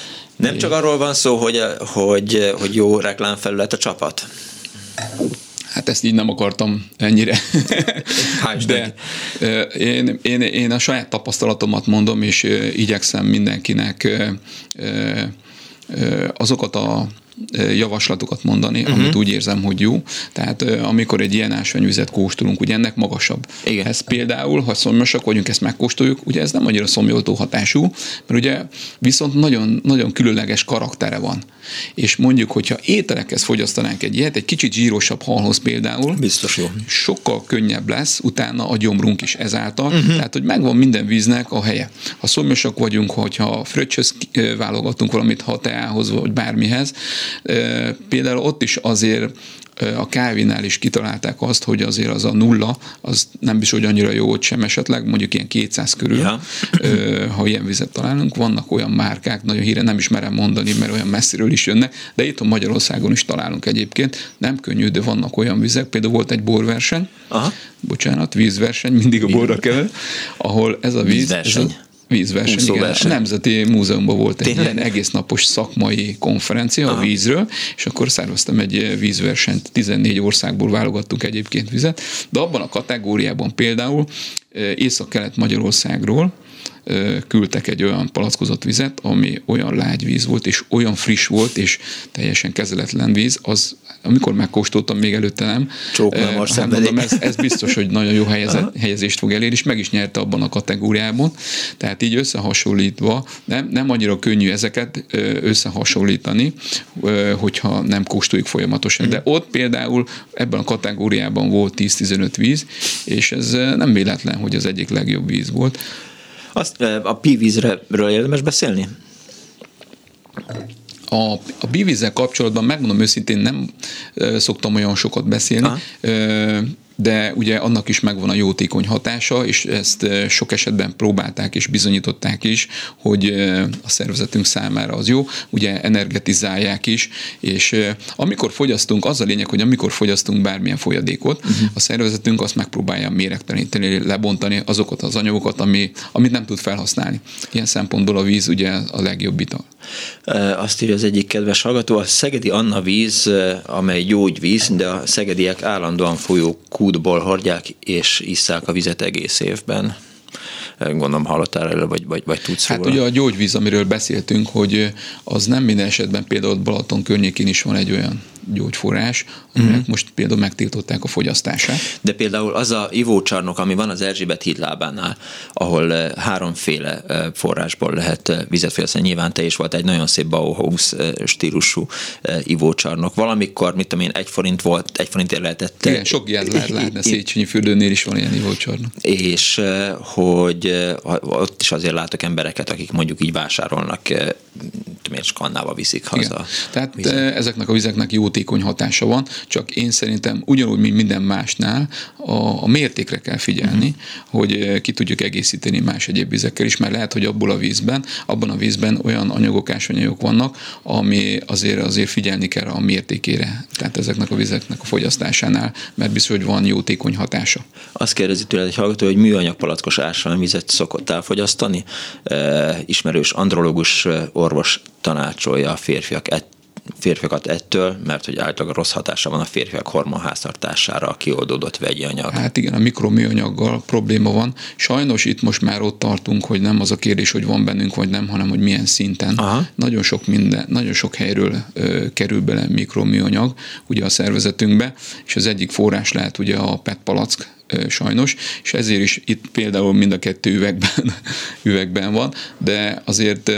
Nem csak arról van szó, hogy jó reklámfelület a csapat. Hát ezt így nem akartam ennyire. De én a saját tapasztalatomat mondom, és igyekszem mindenkinek azokat a javaslatokat mondani, amit úgy érzem, hogy jó. Tehát amikor egy ilyen ásványvizet kóstolunk, ugye ennek magasabb. Igen. Ez például, ha szomjasak vagyunk, ezt megkóstoljuk, ugye ez nem annyira szomjoltó hatású, mert ugye viszont nagyon, nagyon különleges karaktere van. És mondjuk, hogyha ételekhez fogyasztanánk egy ilyet, egy kicsit zsírosabb halhoz például, biztos jó. Sokkal könnyebb lesz utána a gyomrunk is ezáltal, tehát hogy megvan minden víznek a helye. Ha szomjasak vagyunk, hogyha fröccsöz válogatunk valamit, ha teához vagy bármihez, például ott is azért a kávénál is kitalálták azt, hogy azért az a 0, az nem biztos, hogy annyira jó, hogy sem esetleg, mondjuk ilyen 200 körül, ha ilyen vizet találunk. Vannak olyan márkák, nagyon híre, nem is merem mondani, mert olyan messziről is jönnek, de itt a Magyarországon is találunk egyébként. Nem könnyű, de vannak olyan vizek. Például volt egy borverseny, vízverseny, mindig a borra kell, ahol ez a víz... Vízverseny, igen. A Nemzeti Múzeumban volt egy ilyen egész napos szakmai konferencia a vízről, és akkor szerveztem egy vízversenyt. 14 országból válogattunk egyébként vizet, de abban a kategóriában például Észak-Kelet-Magyarországról küldtek egy olyan palackozott vizet, ami olyan lágy víz volt, és olyan friss volt, és teljesen kezeletlen víz, az, amikor megkóstoltam, még előtte nem. Hát mondom, ez biztos, hogy nagyon jó helyezést fog elérni, és meg is nyerte abban a kategóriában. Tehát így összehasonlítva, nem annyira könnyű ezeket összehasonlítani, hogyha nem kóstoljuk folyamatosan. De ott például ebben a kategóriában volt 10-15 víz, és ez nem véletlen, hogy az egyik legjobb víz volt. A pívízről érdemes beszélni? A pívízzel kapcsolatban megmondom őszintén, nem szoktam olyan sokat beszélni, de ugye annak is megvan a jótékony hatása, és ezt sok esetben próbálták és bizonyították is, hogy a szervezetünk számára az jó, ugye energetizálják is, és amikor fogyasztunk, az a lényeg, hogy amikor fogyasztunk bármilyen folyadékot, a szervezetünk azt megpróbálja méregteleníteni, lebontani azokat az anyagokat, amit nem tud felhasználni. Ilyen szempontból a víz ugye a legjobb ital. Azt írja az egyik kedves hallgató, a szegedi Anna víz, amely gyógyvíz, de a szegediek állandóan folyó kútból hordják és isszák a vizet egész évben. Gondolom hallottál erről, vagy tudsz róla? Hát ugye a gyógyvíz, amiről beszéltünk, hogy az nem minden esetben, például Balaton környékén is van egy olyan gyógyforrás, aminek most például megtiltották a fogyasztását. De például az a ivócsarnok, ami van az Erzsébet híd lábánál, ahol háromféle forrásból lehet vizet fogyasztani. Nyilván te is volt egy nagyon szép Bauhaus stílusú ivócsarnok. Valamikor, mit tudom én, 1 forint volt, 1 forintért lehetett... Igen, sok ilyen lehet látni, a Széchenyi fürdőnél is van ilyen ivócsarnok. És hogy ott is azért látok embereket, akik mondjuk így vásárolnak, és kannába viszik haza. Igen. Tehát ezeknek a vizeknek jótékony hatása van, csak én szerintem ugyanúgy, mint minden másnál a mértékre kell figyelni, hogy ki tudjuk egészíteni más egyéb vizekkel is, mert lehet, hogy abban a vízben olyan anyagok, ásványanyagok vannak, ami azért figyelni kell a mértékére, tehát ezeknek a vizeknek a fogyasztásánál, mert biztos, hogy van jótékony hatása. Azt kérdezi tőled egy hallgató, hogy műanyag palackos ásványvizet szokott elfogyasztani. Ismerős andrológus orvos tanácsolja a férfiakat ettől, mert hogy általában rossz hatása van a férfiak hormonháztartására a kioldódott vegyi anyag. Hát igen, a mikroműanyaggal probléma van. Sajnos itt most már ott tartunk, hogy nem az a kérdés, hogy van bennünk vagy nem, hanem hogy milyen szinten. Nagyon sok helyről kerül bele mikroműanyag ugye a szervezetünkbe, és az egyik forrás lehet ugye a PET palack, sajnos, és ezért is itt például mind a 2 üvegben van, de azért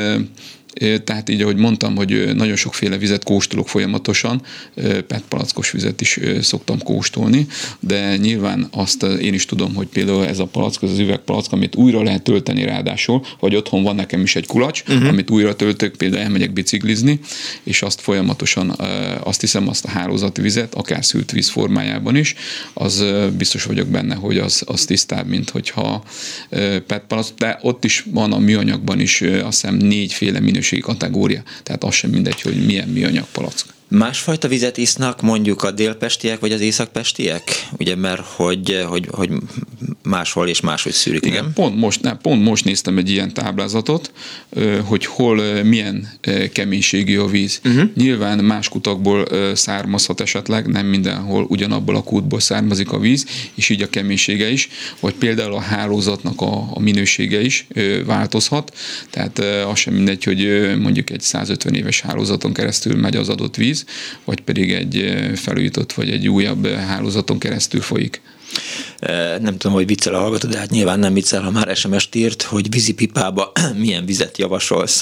tehát így, ahogy mondtam, hogy nagyon sokféle vizet kóstolok folyamatosan, PET palackos vizet is szoktam kóstolni, de nyilván azt én is tudom, hogy például ez a palack, az üvegpalack, amit újra lehet tölteni ráadásul, vagy otthon van nekem is egy kulacs, amit újra töltök, például elmegyek biciklizni, és azt folyamatosan, azt hiszem, azt a hálózati vizet, akár szűrt víz formájában is, az biztos vagyok benne, hogy az tisztább, mint hogyha PET palack, de ott is van a műanyagban is azt hiszem 4 féle minőségi kategória, tehát az sem mindegy, hogy milyen műanyag palack. Másfajta vizet isznak mondjuk a délpestiek vagy az északpestiek? Ugye, mert hogy máshol és máshogy szűrik. Igen, pont most néztem egy ilyen táblázatot, hogy hol milyen keménységű a víz. Nyilván más kutakból származhat esetleg, nem mindenhol ugyanabból a kútból származik a víz, és így a keménysége is, vagy például a hálózatnak a minősége is változhat, tehát az sem mindegy, hogy mondjuk egy 150 éves hálózaton keresztül megy az adott víz, vagy pedig egy felújított, vagy egy újabb hálózaton keresztül folyik. Nem tudom, hogy viccel a hallgató, de hát nyilván nem viccel, ha már SMS-t írt, hogy vízipipába milyen vizet javasolsz?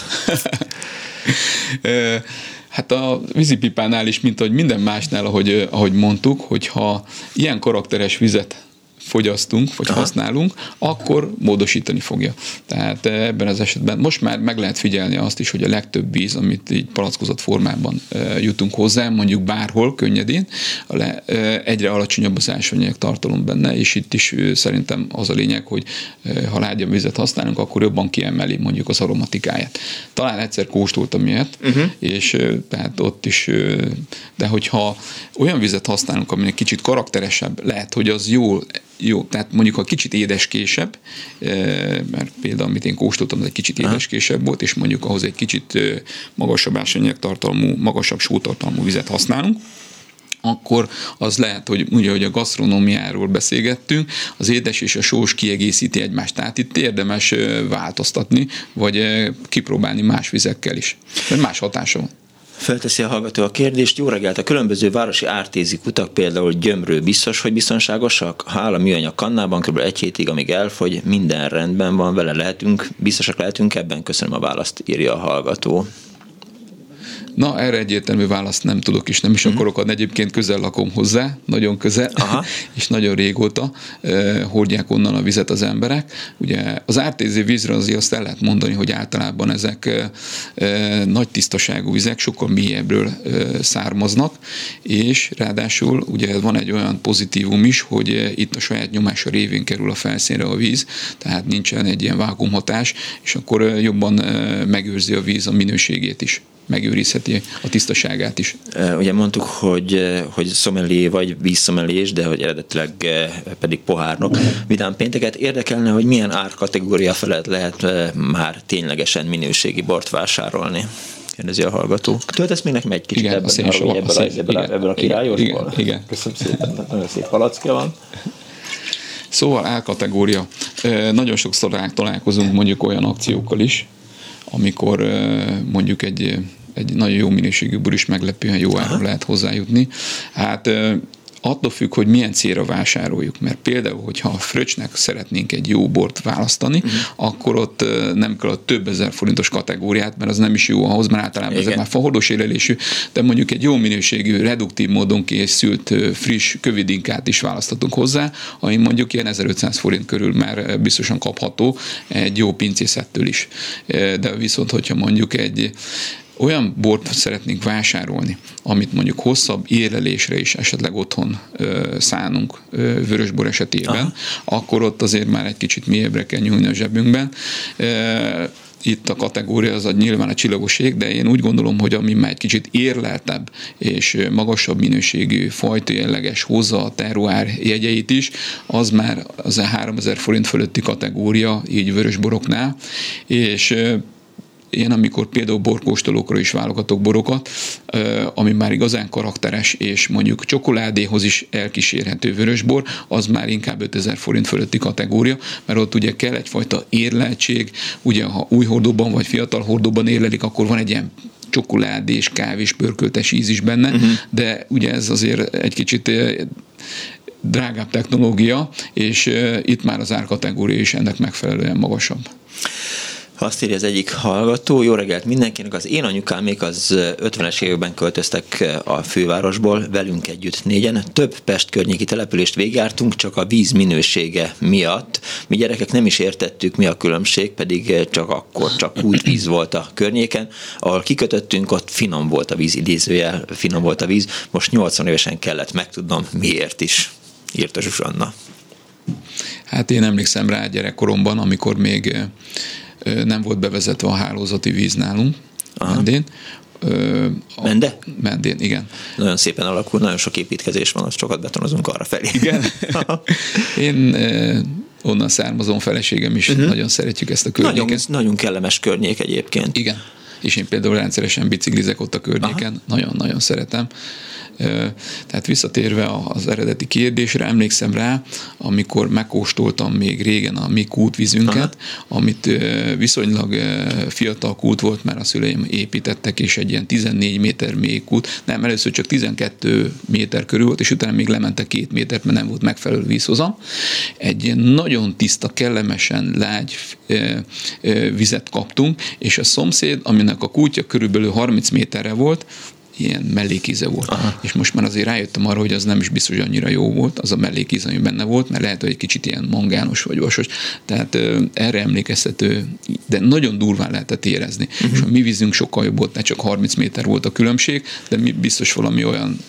Hát a vízipipánál is, mint ahogy minden másnál, ahogy mondtuk, hogyha ilyen karakteres vizet fogyasztunk, vagy használunk, akkor módosítani fogja. Tehát ebben az esetben most már meg lehet figyelni azt is, hogy a legtöbb víz, amit így palackozott formában jutunk hozzá, mondjuk bárhol, könnyedén, egyre alacsonyabb az ásványanyag tartalom benne, és itt is szerintem az a lényeg, hogy ha lágyabb vizet használunk, akkor jobban kiemeli mondjuk az aromatikáját. Talán egyszer kóstoltam ilyet, és tehát ott is, de hogyha olyan vizet használunk, aminek kicsit karakteresebb, lehet, hogy az jó, tehát mondjuk ha kicsit édeskésebb, mert például amit én kóstoltam, az egy kicsit édeskésebb volt, és mondjuk ahhoz egy kicsit magasabb ásványanyagtartalmú, magasabb sótartalmú vizet használunk, akkor az lehet, hogy ugye, hogy a gasztronómiáról beszélgettünk, az édes és a sós kiegészíti egymást. Tehát itt érdemes változtatni, vagy kipróbálni más vizekkel is, mert más hatása van. Felteszi a hallgató a kérdést. Jó reggelt! A különböző városi ártézi kutak, például Gyömrő biztos, hogy biztonságosak? Ha áll a műanyag kannában, kb. 1 hétig, amíg elfogy, minden rendben van, vele lehetünk, biztosak lehetünk ebben? Köszönöm a választ, írja a hallgató. Na, erre egyértelmű választ nem tudok, és nem is akarok adni. Egyébként közel lakom hozzá, nagyon közel, és nagyon régóta hordják onnan a vizet az emberek. Ugye az ártézi vízre azért azt el lehet mondani, hogy általában ezek nagy tisztaságú vizek, sokkal mélyebbről származnak, és ráadásul ugye van egy olyan pozitívum is, hogy itt a saját nyomása révén kerül a felszínre a víz, tehát nincsen egy ilyen vákuumhatás, és akkor jobban megőrzi a víz a minőségét is, megőrizheti a tisztaságát is. Ugye mondtuk, hogy szomelié vagy vízszomeliés, de hogy eredetileg pedig pohárnok. Vidám pénteket. Érdekelne, hogy milyen árkategória felett lehet már ténylegesen minőségi bort vásárolni? Kérdezi a hallgató. Töltesz még nekem egy kicsit ebből a királyosból? Igen. Köszönöm szépen, nagyon szép palackja van. Szóval árkategória. Nagyon sokszor találkozunk mondjuk olyan akciókkal is, amikor mondjuk egy nagyon jó minőségű bor is meglepően jó áron lehet hozzájutni. Hát attól függ, hogy milyen célra vásároljuk, mert például, hogyha a fröccsnek szeretnénk egy jó bort választani, akkor ott nem kell a több ezer forintos kategóriát, mert az nem is jó ahhoz, mert általában ezek már fahordós érlelésű, de mondjuk egy jó minőségű, reduktív módon készült friss kövidinkát is választatunk hozzá, ami mondjuk ilyen 1500 forint körül már biztosan kapható egy jó pincészettől is. De viszont, hogyha mondjuk egy olyan bort szeretnénk vásárolni, amit mondjuk hosszabb érlelésre is esetleg otthon szánunk vörösbor esetében, akkor ott azért már egy kicsit mélyebbre kell nyúlni a zsebünkben. Itt a kategória az nyilván a csillagoség, de én úgy gondolom, hogy ami már egy kicsit érleltebb és magasabb minőségű, fajtajelleges, hozza a terroár jegyeit is, az már az a 3000 forint fölötti kategória, így vörösboroknál, és én amikor például borkóstolókra is válogatok borokat, ami már igazán karakteres, és mondjuk csokoládéhoz is elkísérhető vörösbor, az már inkább 5000 forint fölötti kategória, mert ott ugye kell egyfajta érleltség, ugye ha új hordóban vagy fiatal hordóban érlelik, akkor van egy ilyen csokoládés, kávés, pörköltes íz is benne, de ugye ez azért egy kicsit drágább technológia, és itt már az árkategória is ennek megfelelően magasabb. Azt írja az egyik hallgató, jó reggelt mindenkinek, az én anyukámék az 50-es években költöztek a fővárosból, velünk együtt 4-en, több Pest környéki települést végigjártunk, csak a víz minősége miatt. Mi gyerekek nem is értettük, mi a különbség, pedig csak kútvíz volt a környéken, ahol kikötöttünk, ott finom volt a víz, idézőjel finom volt a víz, most 80 évesen kellett megtudnom, miért is, írta Zsuzsanna. Hát én emlékszem rá gyerekkoromban, amikor még nem volt bevezetve a hálózati víz nálunk, Mendén. Mendén, igen. Nagyon szépen alakul, nagyon sok építkezés van, azt sokat betonozunk arra felé. Igen. Én onnan származom, feleségem is nagyon szeretjük ezt a környéket. Nagyon kellemes környék egyébként. Igen, és én például rendszeresen biciklizek ott a környéken, nagyon-nagyon szeretem. Tehát visszatérve az eredeti kérdésre, emlékszem rá, amikor megkóstoltam még régen a mi kútvízünket, amit viszonylag fiatal kút volt, mert a szüleim építettek, és egy ilyen 14 méter mély kút, nem, először csak 12 méter körül volt, és utána még lementek 2 métert, mert nem volt megfelelő vízhozam. Egy ilyen nagyon tiszta, kellemesen lágy vizet kaptunk, és a szomszéd, aminek a kútja körülbelül 30 méterre volt, ilyen mellékíze volt. Aha. És most már azért rájöttem arra, hogy az nem is biztos, hogy annyira jó volt, az a mellékíz, ami benne volt, mert lehet, hogy egy kicsit ilyen mangános vagy vasos. Tehát erre emlékeztető, de nagyon durván lehetett érezni. És a mi vízünk sokkal jobb volt, ne csak 30 méter volt a különbség, de mi biztos valami olyan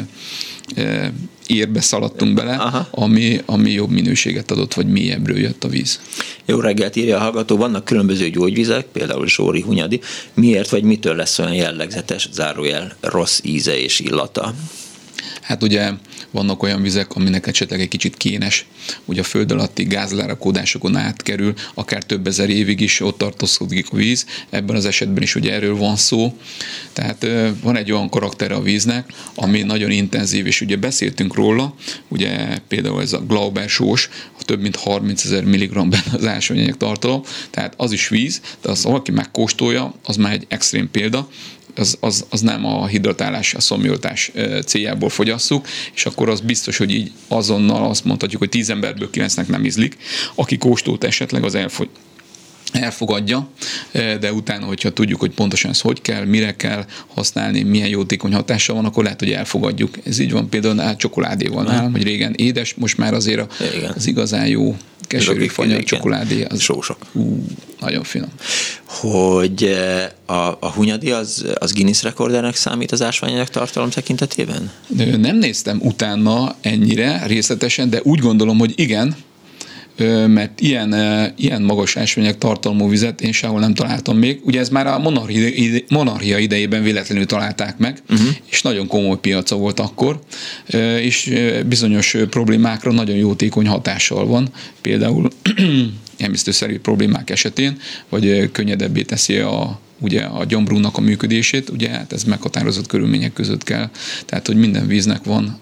érbe szaladtunk bele, ami jobb minőséget adott, vagy mélyebbről jött a víz. Jó reggelt, írja a hallgató, vannak különböző gyógyvizek, például Zsóri, Hunyadi. Miért vagy mitől lesz olyan jellegzetes, zárójel, rossz íze és illata? Hát ugye vannak olyan vizek, aminek esetleg egy kicsit kénes, ugye a föld alatti gázlerakódásokon átkerül, akár több ezer évig is ott tartózkodik a víz, ebben az esetben is ugye erről van szó. Tehát van egy olyan karaktere a víznek, ami nagyon intenzív, és ugye beszéltünk róla, ugye például ez a Glauber sós, több mint 30 000 mg benne az ásványanyag tartalom, tehát az is víz, de az valaki megkóstolja, az már egy extrém példa, az nem a hidratálás, a szomjoltás céljából fogyasszuk, és akkor az biztos, hogy így azonnal azt mondhatjuk, hogy 10 emberből 9-nek nem ízlik. Aki kóstolt esetleg, az elfogadja, de utána, hogyha tudjuk, hogy pontosan ez hogy kell, mire kell használni, milyen jótékony hatása van, akkor lehet, hogy elfogadjuk. Ez így van például csokoládéval nálam, hogy régen édes, most már azért az igazán jó keserű fanyar csokoládé. Az sósok. Nagyon finom. Hogy a Hunyadi az Guinness rekordernek számít az ásványanyag tartalom tekintetében? Nem néztem utána ennyire részletesen, de úgy gondolom, hogy igen, mert ilyen magas ásványanyag tartalmú vizet én sehol nem találtam még. Ugye ez már a monarchia idejében véletlenül találták meg, és nagyon komoly piaca volt akkor, és bizonyos problémákra nagyon jótékony hatással van. Például emésztőszervi problémák esetén, vagy könnyedebbé teszi ugye a gyomrunknak a működését, ugye hát ez meghatározott körülmények között kell, tehát hogy minden víznek van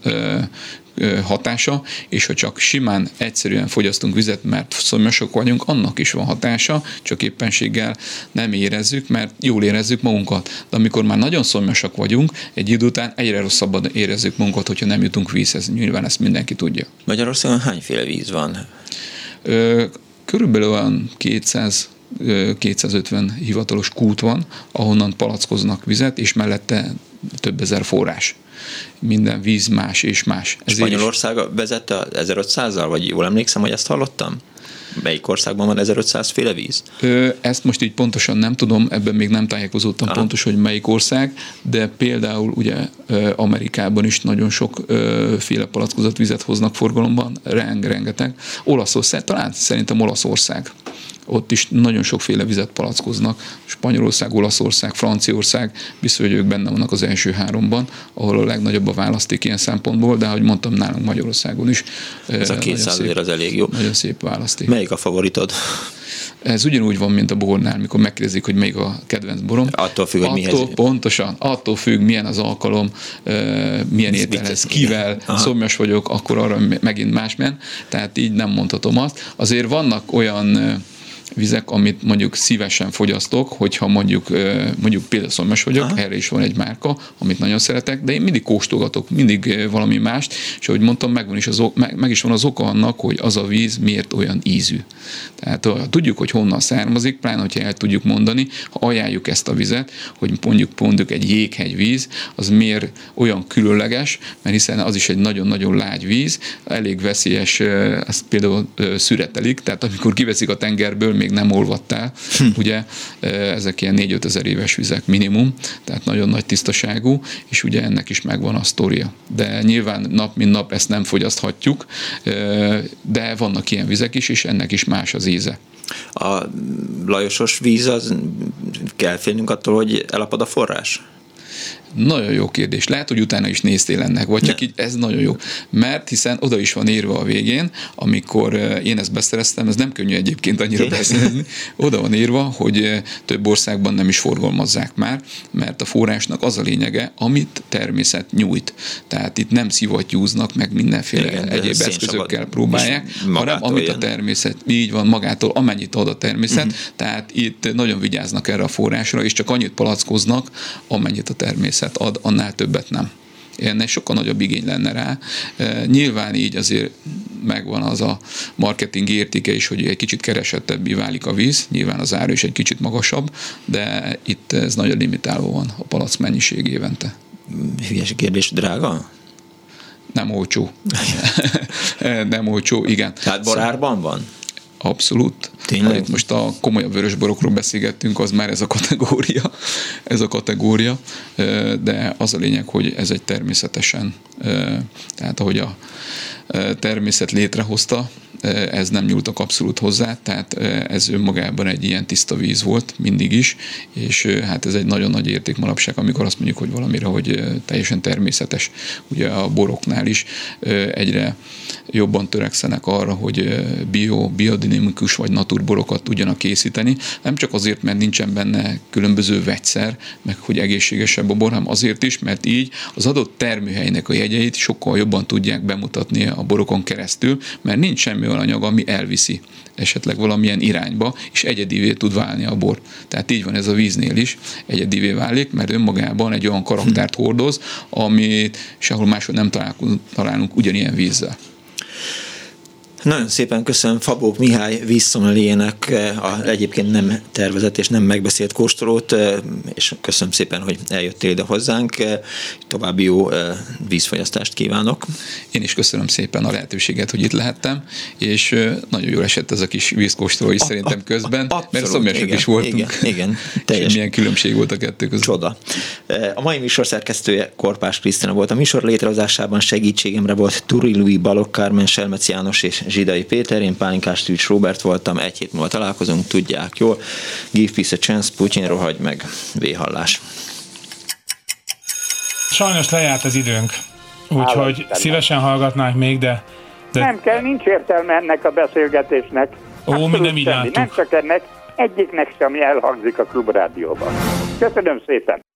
hatása, és ha csak simán, egyszerűen fogyasztunk vizet, mert szomjasak vagyunk, annak is van hatása, csak éppenséggel nem érezzük, mert jól érezzük magunkat. De amikor már nagyon szomjasak vagyunk, egy idő után egyre rosszabban érezzük magunkat, hogyha nem jutunk vízhez. Nyilván ezt mindenki tudja. Magyarországon hányféle víz van? Körülbelül olyan 250 hivatalos kút van, ahonnan palackoznak vizet, és mellette több ezer forrás. Minden víz más és más. Spanyolország vezette 1500-al, vagy jól emlékszem, hogy ezt hallottam? Melyik országban van 1500 féle víz? Ezt most így pontosan nem tudom, ebben még nem tájékozódtam pontos, hogy melyik ország, de például ugye Amerikában is nagyon sok féle palackozott vizet hoznak forgalomban, rengeteg. Olaszország, talán szerintem Olaszország. Ott is nagyon sokféle vizet palackoznak. Spanyolország, Olaszország, Franciaország, biztos, hogy ők benne vannak az első 3-ban, ahol a legnagyobb a választék ilyen szempontból, de ahogy mondtam, nálunk Magyarországon is. Ez a 200 az elég jó. Nagyon szép választék. Melyik a favoritod? Ez ugyanúgy van, mint a bornál, mikor megkérdezik, hogy melyik a kedvenc borom. Attól függ, hogy mihez. Pontosan, attól függ, milyen az alkalom, milyen ételhez, kivel, szomjas vagyok, akkor arra megint másmilyen. Tehát így nem mondhatom azt. Azért vannak olyan vizek, amit mondjuk szívesen fogyasztok, hogyha mondjuk például szomjas vagyok, erre is van egy márka, amit nagyon szeretek, de én mindig kóstolgatok, mindig valami mást, és ahogy mondtam, meg is van az oka annak, hogy az a víz miért olyan ízű. Tehát tudjuk, hogy honnan származik, pláne, hogyha el tudjuk mondani, ha ajánljuk ezt a vizet, hogy mondjuk egy jéghegy víz, az miért olyan különleges, mert hiszen az is egy nagyon-nagyon lágy víz, elég veszélyes, ezt például szüretelik, tehát amikor kiveszik a tengerből, még nem olvadtál, ugye ezek ilyen 4-5 ezer éves vizek minimum, tehát nagyon nagy tisztaságú, és ugye ennek is megvan a sztoria. De nyilván nap mint nap ezt nem fogyaszthatjuk, de vannak ilyen vizek is, és ennek is más az íze. A lajosos víz, az kell félnünk attól, hogy elapad a forrás? Nagyon jó kérdés. Lehet, hogy utána is néztél ennek, vagy csak így, ez nagyon jó. Mert hiszen oda is van írva a végén, amikor én ezt beszereztem, ez nem könnyű egyébként annyira beszerezni, oda van írva, hogy több országban nem is forgalmazzák már, mert a forrásnak az a lényege, amit természet nyújt. Tehát itt nem szivattyúznak, meg mindenféle egyéb eszközökkel próbálják, hanem amit a természet, így van, magától, amennyit ad a természet, tehát itt nagyon vigyáznak erre a forrásra, és csak annyit palackoznak, amennyit a természet ad, annál többet nem. Ennek sokkal nagyobb igény lenne rá. Nyilván így azért megvan az a marketing értéke is, hogy egy kicsit keresettebbé válik a víz, nyilván az ára is egy kicsit magasabb, de itt ez nagyon limitálva van a palack mennyiség évente. Hülyes kérdés, drága? Nem olcsó. Nem olcsó, igen. Tehát borárban van? Abszolút. Ha itt most a komolyabb vörösborokról beszélgettünk, az már ez a kategória, de az a lényeg, hogy ez egy természetesen, tehát ahogy a természet létrehozta, ez nem nyúltak abszolút hozzá, tehát ez önmagában egy ilyen tiszta víz volt mindig is, és hát ez egy nagyon nagy érték manapság, amikor azt mondjuk, hogy valamire, hogy teljesen természetes. Ugye a boroknál is egyre jobban törekszenek arra, hogy biodinamikus vagy naturborokat tudjanak készíteni, nem csak azért, mert nincsen benne különböző vegyszer, meg hogy egészségesebb a bor, hanem azért is, mert így az adott termőhelynek a jegyeit sokkal jobban tudják bemutatni a borokon keresztül, mert nincs semmi olyan anyag, ami elviszi esetleg valamilyen irányba, és egyedivé tud válni a bor. Tehát így van ez a víznél is, egyedivé válik, mert önmagában egy olyan karaktert hordoz, amit sehol máshol nem találunk ugyanilyen vízzel. Nagyon szépen köszönöm Fabók Mihály vízszomeliének a egyébként nem tervezett és nem megbeszélt kóstolót, és köszönöm szépen, hogy eljöttél ide hozzánk. További jó vízfogyasztást kívánok. Én is köszönöm szépen a lehetőséget, hogy itt lehettem, és nagyon jól esett ez a kis vízkóstoló is szerintem közben, abszolút, mert szomjasak is voltunk. Igen, teljes. Milyen különbség volt a kettő között. Csoda. A mai műsor szerkesztője Korpás Krisztina volt. A műsor létrehozásában segítségemre volt Turi Louis, Balogh Kármen, Selmec János és Zsidai Péter, én Pálinkás Tűcs Róbert voltam, egy hét múlva találkozunk, tudják jól. Give peace a chance, Putyin rohagy meg, véhallás. Sajnos lejárt az időnk, úgyhogy szívesen hallgatnánk még, de... Nem kell, nincs értelme ennek a beszélgetésnek. Mi nem így láttuk. Nem csak ennek, egyiknek sem elhangzik a Klubrádióban. Köszönöm szépen!